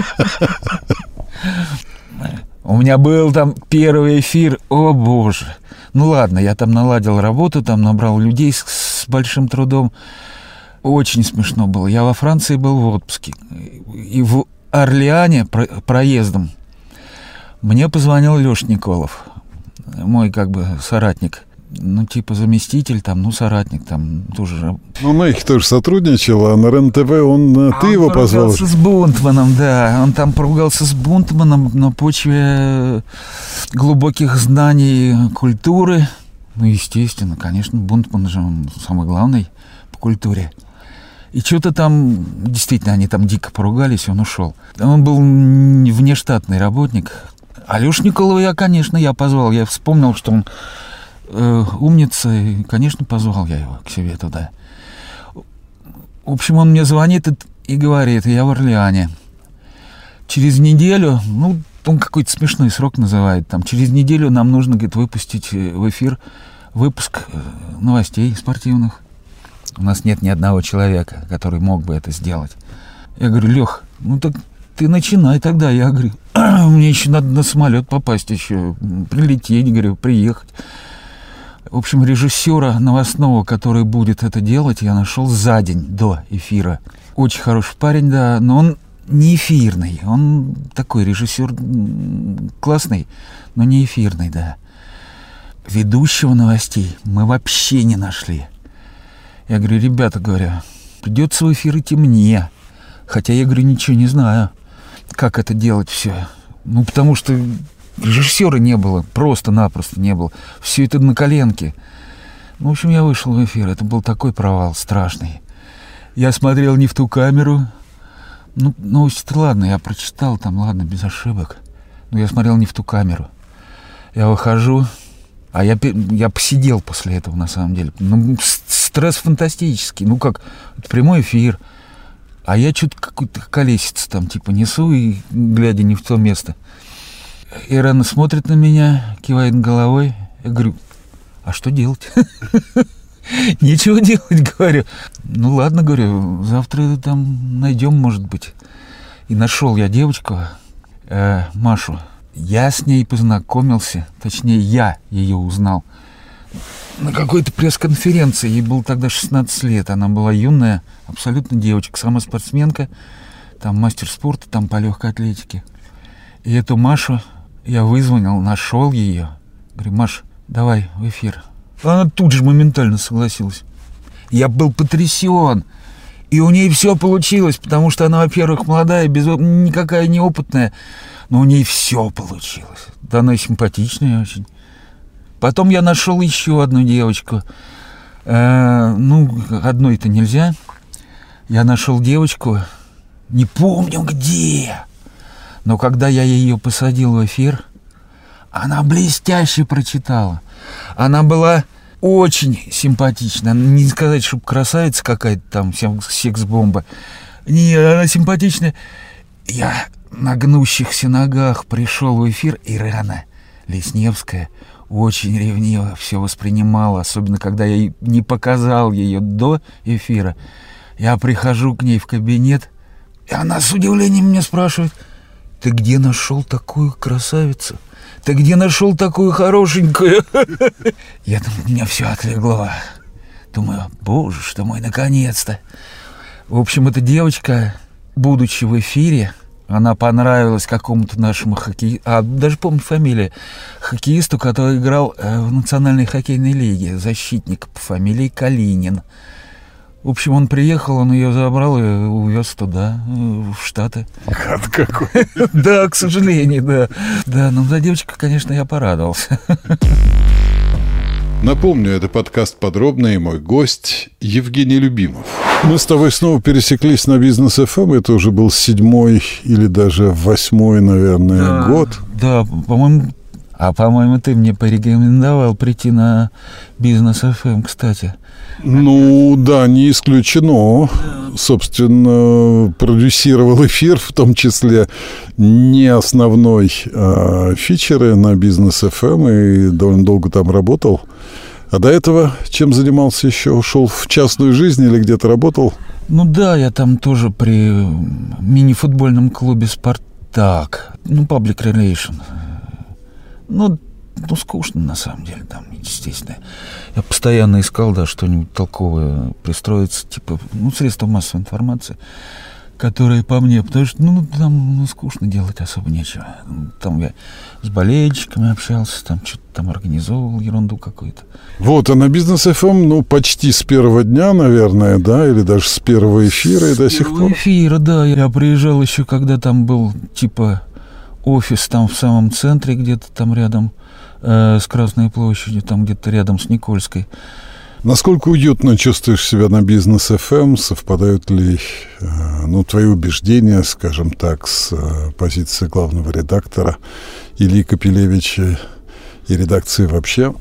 У меня был там первый эфир, о боже. Ну ладно, я там наладил работу, там набрал людей с, с большим трудом. Очень смешно было. Я во Франции был в отпуске. И в Орлеане про, проездом мне позвонил Лёша Николов, мой как бы соратник. Ну, типа заместитель, там, ну, соратник, там, тоже... Ну, на их тоже сотрудничал, а на РЕН-ТВ он... А ты он его позвал? Он поругался с Бунтманом, да. Он там поругался с Бунтманом на почве глубоких знаний культуры. Ну, естественно, конечно, Бунтман же он самый главный по культуре. И что-то там... Действительно, они там дико поругались, и он ушел. Он был внештатный работник. А Лёшу Николова я, конечно, я позвал. Я вспомнил, что он... умница, и, конечно, позвал я его к себе туда. В общем, он мне звонит и, и говорит, я в Орлеане. Через неделю, ну, он какой-то смешной срок называет, там, через неделю нам нужно, говорит, выпустить в эфир выпуск новостей спортивных. У нас нет ни одного человека, который мог бы это сделать. Я говорю, Лёх, ну так ты начинай тогда. Я говорю, мне еще надо на самолет попасть, еще прилететь, говорю, приехать. В общем, режиссера новостного, который будет это делать, я нашел за день до эфира. Очень хороший парень, да, но он не эфирный. Он такой режиссер классный, но не эфирный, да. Ведущего новостей мы вообще не нашли. Я говорю, ребята, говорю, придется в эфир идти мне. Хотя я, говорю, ничего не знаю, как это делать все. Ну, потому что... режиссера не было, просто-напросто не было. Все это на коленке. Ну, в общем, я вышел в эфир. Это был такой провал страшный. Я смотрел не в ту камеру. Ну, новости-то ладно, я прочитал там, ладно, без ошибок. Но я смотрел не в ту камеру. Я выхожу, а я, я посидел после этого, на самом деле. Ну, стресс фантастический. Ну, как, это прямой эфир. А я что-то какую-то колесицу там, типа, несу, и глядя не в то место. Ирена смотрит на меня, кивает головой. Я говорю, а что делать? Ничего делать, говорю. Ну ладно, говорю, завтра там найдем, может быть. И нашел я девочку, э, Машу. Я с ней познакомился, точнее, я ее узнал на какой-то пресс-конференции. Ей было тогда шестнадцать лет. Она была юная, абсолютно девочка, сама спортсменка, там мастер спорта, там по легкой атлетике. И эту Машу я вызвонил, нашел ее. Говорю, Маш, давай в эфир. Она тут же моментально согласилась. Я был потрясен. И у нее все получилось, потому что она, во-первых, молодая, без, никакая неопытная, но у нее все получилось. Да она симпатичная очень. Потом я нашел еще одну девочку. Э, ну, одной-то нельзя. Я нашел девочку, не помню где. Но когда я ее посадил в эфир, она блестяще прочитала. Она была очень симпатична. Не сказать, чтобы красавица какая-то там, секс-бомба. Не, она симпатичная. Я на гнущихся ногах пришел в эфир. Ирена Лесневская очень ревниво все воспринимала. Особенно, когда я не показал ее до эфира. Я прихожу к ней в кабинет, и она с удивлением меня спрашивает, ты где нашел такую красавицу? Ты где нашел такую хорошенькую? Я думаю, у меня все отлегло. Думаю, боже что мой, наконец-то. В общем, эта девочка, будучи в эфире, она понравилась какому-то нашему хоккеисту, а даже помню фамилию, хоккеисту, который играл в Национальной хоккейной лиге, защитник по фамилии Калинин. В общем, он приехал, он ее забрал и увез туда, в Штаты. Гад какой. Да, к сожалению, да. Да, но за девочку, конечно, я порадовался. Напомню, это подкаст «Подробно» и мой гость Евгений Любимов. Мы с тобой снова пересеклись на Бизнес эф эм. Это уже был седьмой или даже восьмой, наверное, да, год. Да, по-моему, А, по-моему, ты мне порекомендовал прийти на Бизнес эф эм, кстати. Ну, да, не исключено. Собственно, продюсировал эфир, в том числе не основной, а фичеры на Бизнес эф эм, и довольно долго там работал. А до этого чем занимался еще? Ушел в частную жизнь или где-то работал? Ну да, я там тоже при мини-футбольном клубе «Спартак». Ну, public relation. Ну, ну, скучно, на самом деле, там, естественно. Я постоянно искал, да, что-нибудь толковое пристроиться, типа, ну, средства массовой информации, которые по мне, потому что, ну, там, ну, скучно делать особо нечего. Там я с болельщиками общался, там, что-то там организовывал, ерунду какую-то. Вот, а на Бизнес эф эм, ну, почти с первого дня, наверное, да, или даже с первого эфира и до сих пор? С эфира, да. Я приезжал еще, когда там был, типа, офис там в самом центре, где-то там рядом э, с Красной площадью, там где-то рядом с Никольской. Насколько уютно чувствуешь себя на Бизнес эф эм? Совпадают ли э, ну, твои убеждения, скажем так, с э, позиции главного редактора Ильи Капелевича и редакции вообще?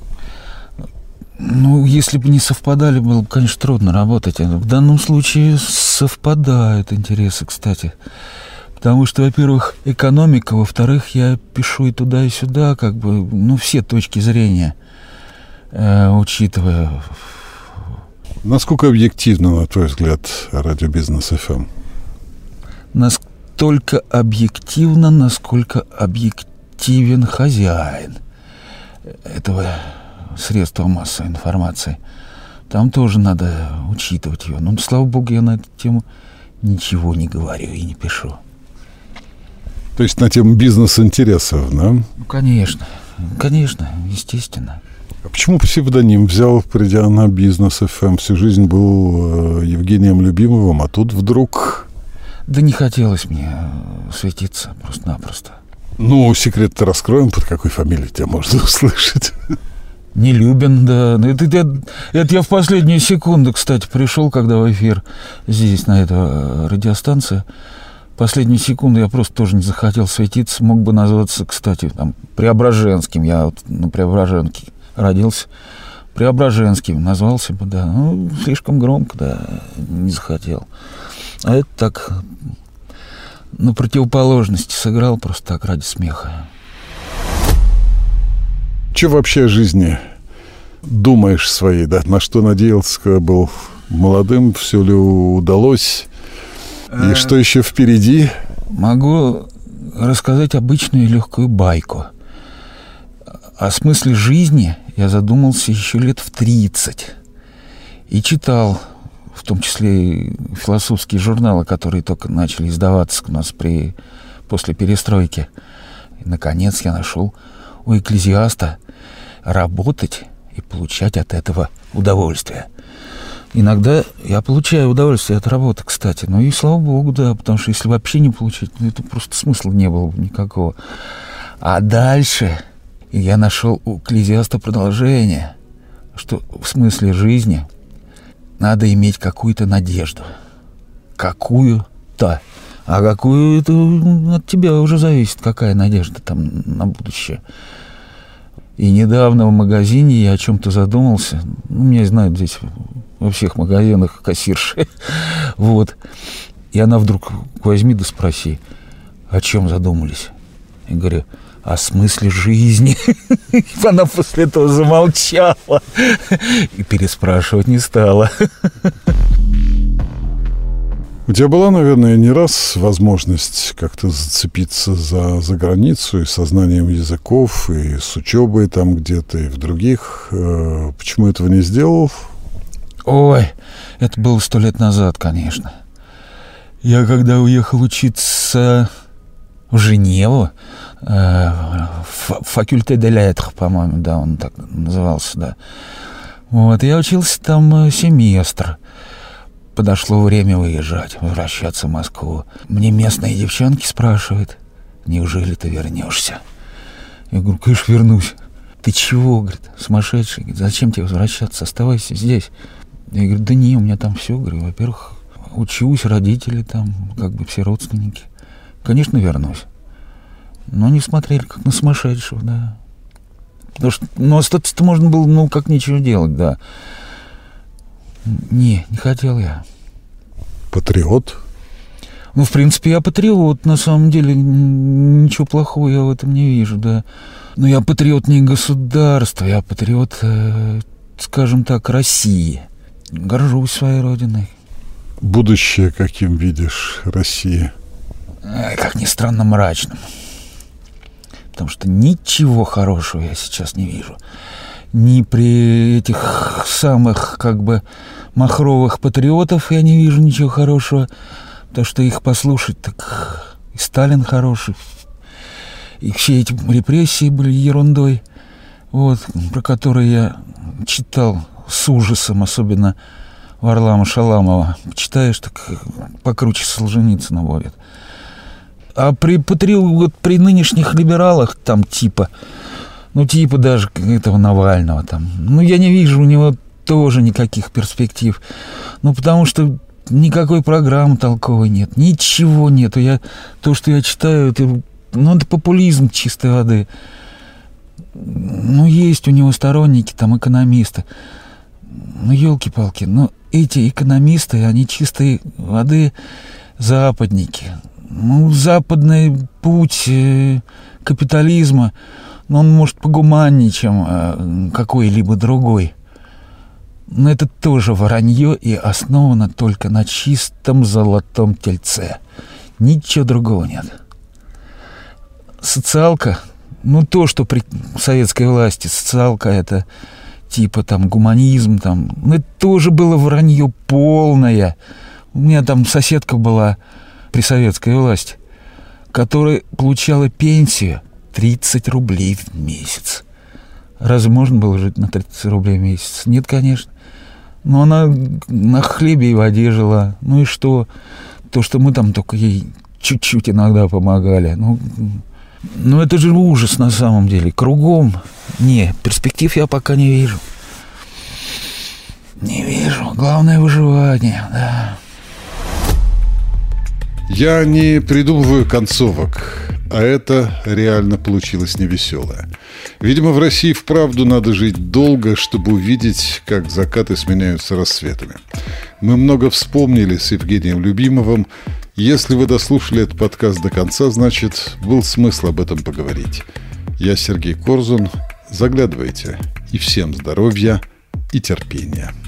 Ну, если бы не совпадали, было бы, конечно, трудно работать. В данном случае совпадают интересы, кстати. Потому что, во-первых, экономика, во-вторых, я пишу и туда, и сюда, как бы, ну, все точки зрения, э, учитывая. Насколько объективно, на твой взгляд, радио Бизнес эф эм? Настолько объективно, насколько объективен хозяин этого средства массовой информации. Там тоже надо учитывать ее. Но, слава богу, я на эту тему ничего не говорю и не пишу. То есть на тему бизнес-интересов, да? Ну, конечно, конечно, естественно. А почему псевдоним взял, придя на Бизнес эф эм? Всю жизнь был э, Евгением Любимовым, а тут вдруг... Да не хотелось мне светиться просто-напросто. Ну, секрет-то раскроем, под какой фамилией тебя можно услышать. Не Любин, да. Это, это, это я в последнюю секунду, кстати, пришел, когда в эфир здесь, на эту радиостанцию. Последнюю секунду я просто тоже не захотел светиться. Мог бы назваться, кстати, там, Преображенским. Я вот на Преображенке родился. Преображенским назвался бы, да. Ну, слишком громко, да, не захотел. А это так на противоположности сыграл просто так ради смеха. Че вообще о жизни думаешь своей, да? На что надеялся, когда был молодым? Все ли удалось? И что еще впереди? Могу рассказать обычную легкую байку. О смысле жизни я задумался еще лет в тридцать. И читал, в том числе и философские журналы, которые только начали издаваться у нас при, после перестройки. И, наконец, я нашел у Экклезиаста работать и получать от этого удовольствие. Иногда я получаю удовольствие от работы, кстати. Ну и слава богу, да, потому что если вообще не получать, ну это просто смысла не было бы никакого. А дальше я нашел у Экклезиаста продолжение, что в смысле жизни надо иметь какую-то надежду. Какую-то. А какую, это от тебя уже зависит, какая надежда там на будущее. И недавно в магазине я о чем-то задумался. Ну, меня знают здесь во всех магазинах кассирши. Вот. И она вдруг возьми да спроси, о чем задумались. Я говорю, о смысле жизни. Она после этого замолчала и переспрашивать не стала. У тебя была, наверное, не раз возможность как-то зацепиться за, за границу и со знанием языков, и с учебой там где-то, и в других. Почему этого не сделал? Ой, это было сто лет назад, конечно. Я когда уехал учиться в Женеву, э, факульте де летр, по-моему, да, он так назывался, да. Вот, я учился там семестр. Подошло время выезжать, возвращаться в Москву. Мне местные девчонки спрашивают, неужели ты вернешься? Я говорю, конечно, вернусь. Ты чего, говорит, сумасшедший? Говорит, зачем тебе возвращаться? Оставайся здесь. Я говорю, да не, у меня там все, говорю, во-первых, учусь, родители там, как бы все родственники. Конечно, вернусь. Но они смотрели как на сумасшедшего, да. Потому что, ну, остаться-то можно было, ну, как нечего делать, да. Не, не хотел я. Патриот? Ну, в принципе, я патриот, на самом деле, ничего плохого я в этом не вижу, да. Но я патриот не государства, я патриот, э, скажем так, России. Горжусь своей родиной. Будущее каким видишь России? Э, как ни странно, мрачным. Потому что ничего хорошего я сейчас не вижу. Ни при этих самых, как бы, махровых патриотов я не вижу ничего хорошего. Потому что их послушать, так и Сталин хороший, и все эти репрессии были ерундой, вот, про которые я читал с ужасом, особенно Варлама Шаламова. Читаешь, так покруче Солженицына будет. А при, патри... вот при нынешних либералах, там, типа, ну, типа даже этого Навального, там, ну, я не вижу у него тоже никаких перспектив. Ну, потому что никакой программы толковой нет, ничего нету. Я, то, что я читаю, это, ну, это популизм чистой воды. Ну, есть у него сторонники, там, экономисты. Ну, елки-палки, но эти экономисты, они чистой воды западники. Ну, западный путь э, капитализма, ну, он может погуманнее, чем э, какой-либо другой. Но это тоже вранье и основано только на чистом золотом тельце. Ничего другого нет. Социалка, ну, то, что при советской власти социалка, это типа там гуманизм, там, ну, это тоже было вранье полное. У меня там соседка была при советской власти, которая получала пенсию тридцать рублей в месяц. Разве можно было жить на тридцать рублей в месяц? Нет, конечно. Но она на хлебе и воде жила. Ну и что? То, что мы там только ей чуть-чуть иногда помогали. Ну, ну это же ужас на самом деле. Кругом. Не, перспектив я пока не вижу. Не вижу. Главное выживание, да. Я не придумываю концовок, а это реально получилось невеселое. Видимо, в России вправду надо жить долго, чтобы увидеть, как закаты сменяются рассветами. Мы много вспомнили с Евгением Любимовым. Если вы дослушали этот подкаст до конца, значит, был смысл об этом поговорить. Я Сергей Корзун. Заглядывайте. И всем здоровья и терпения.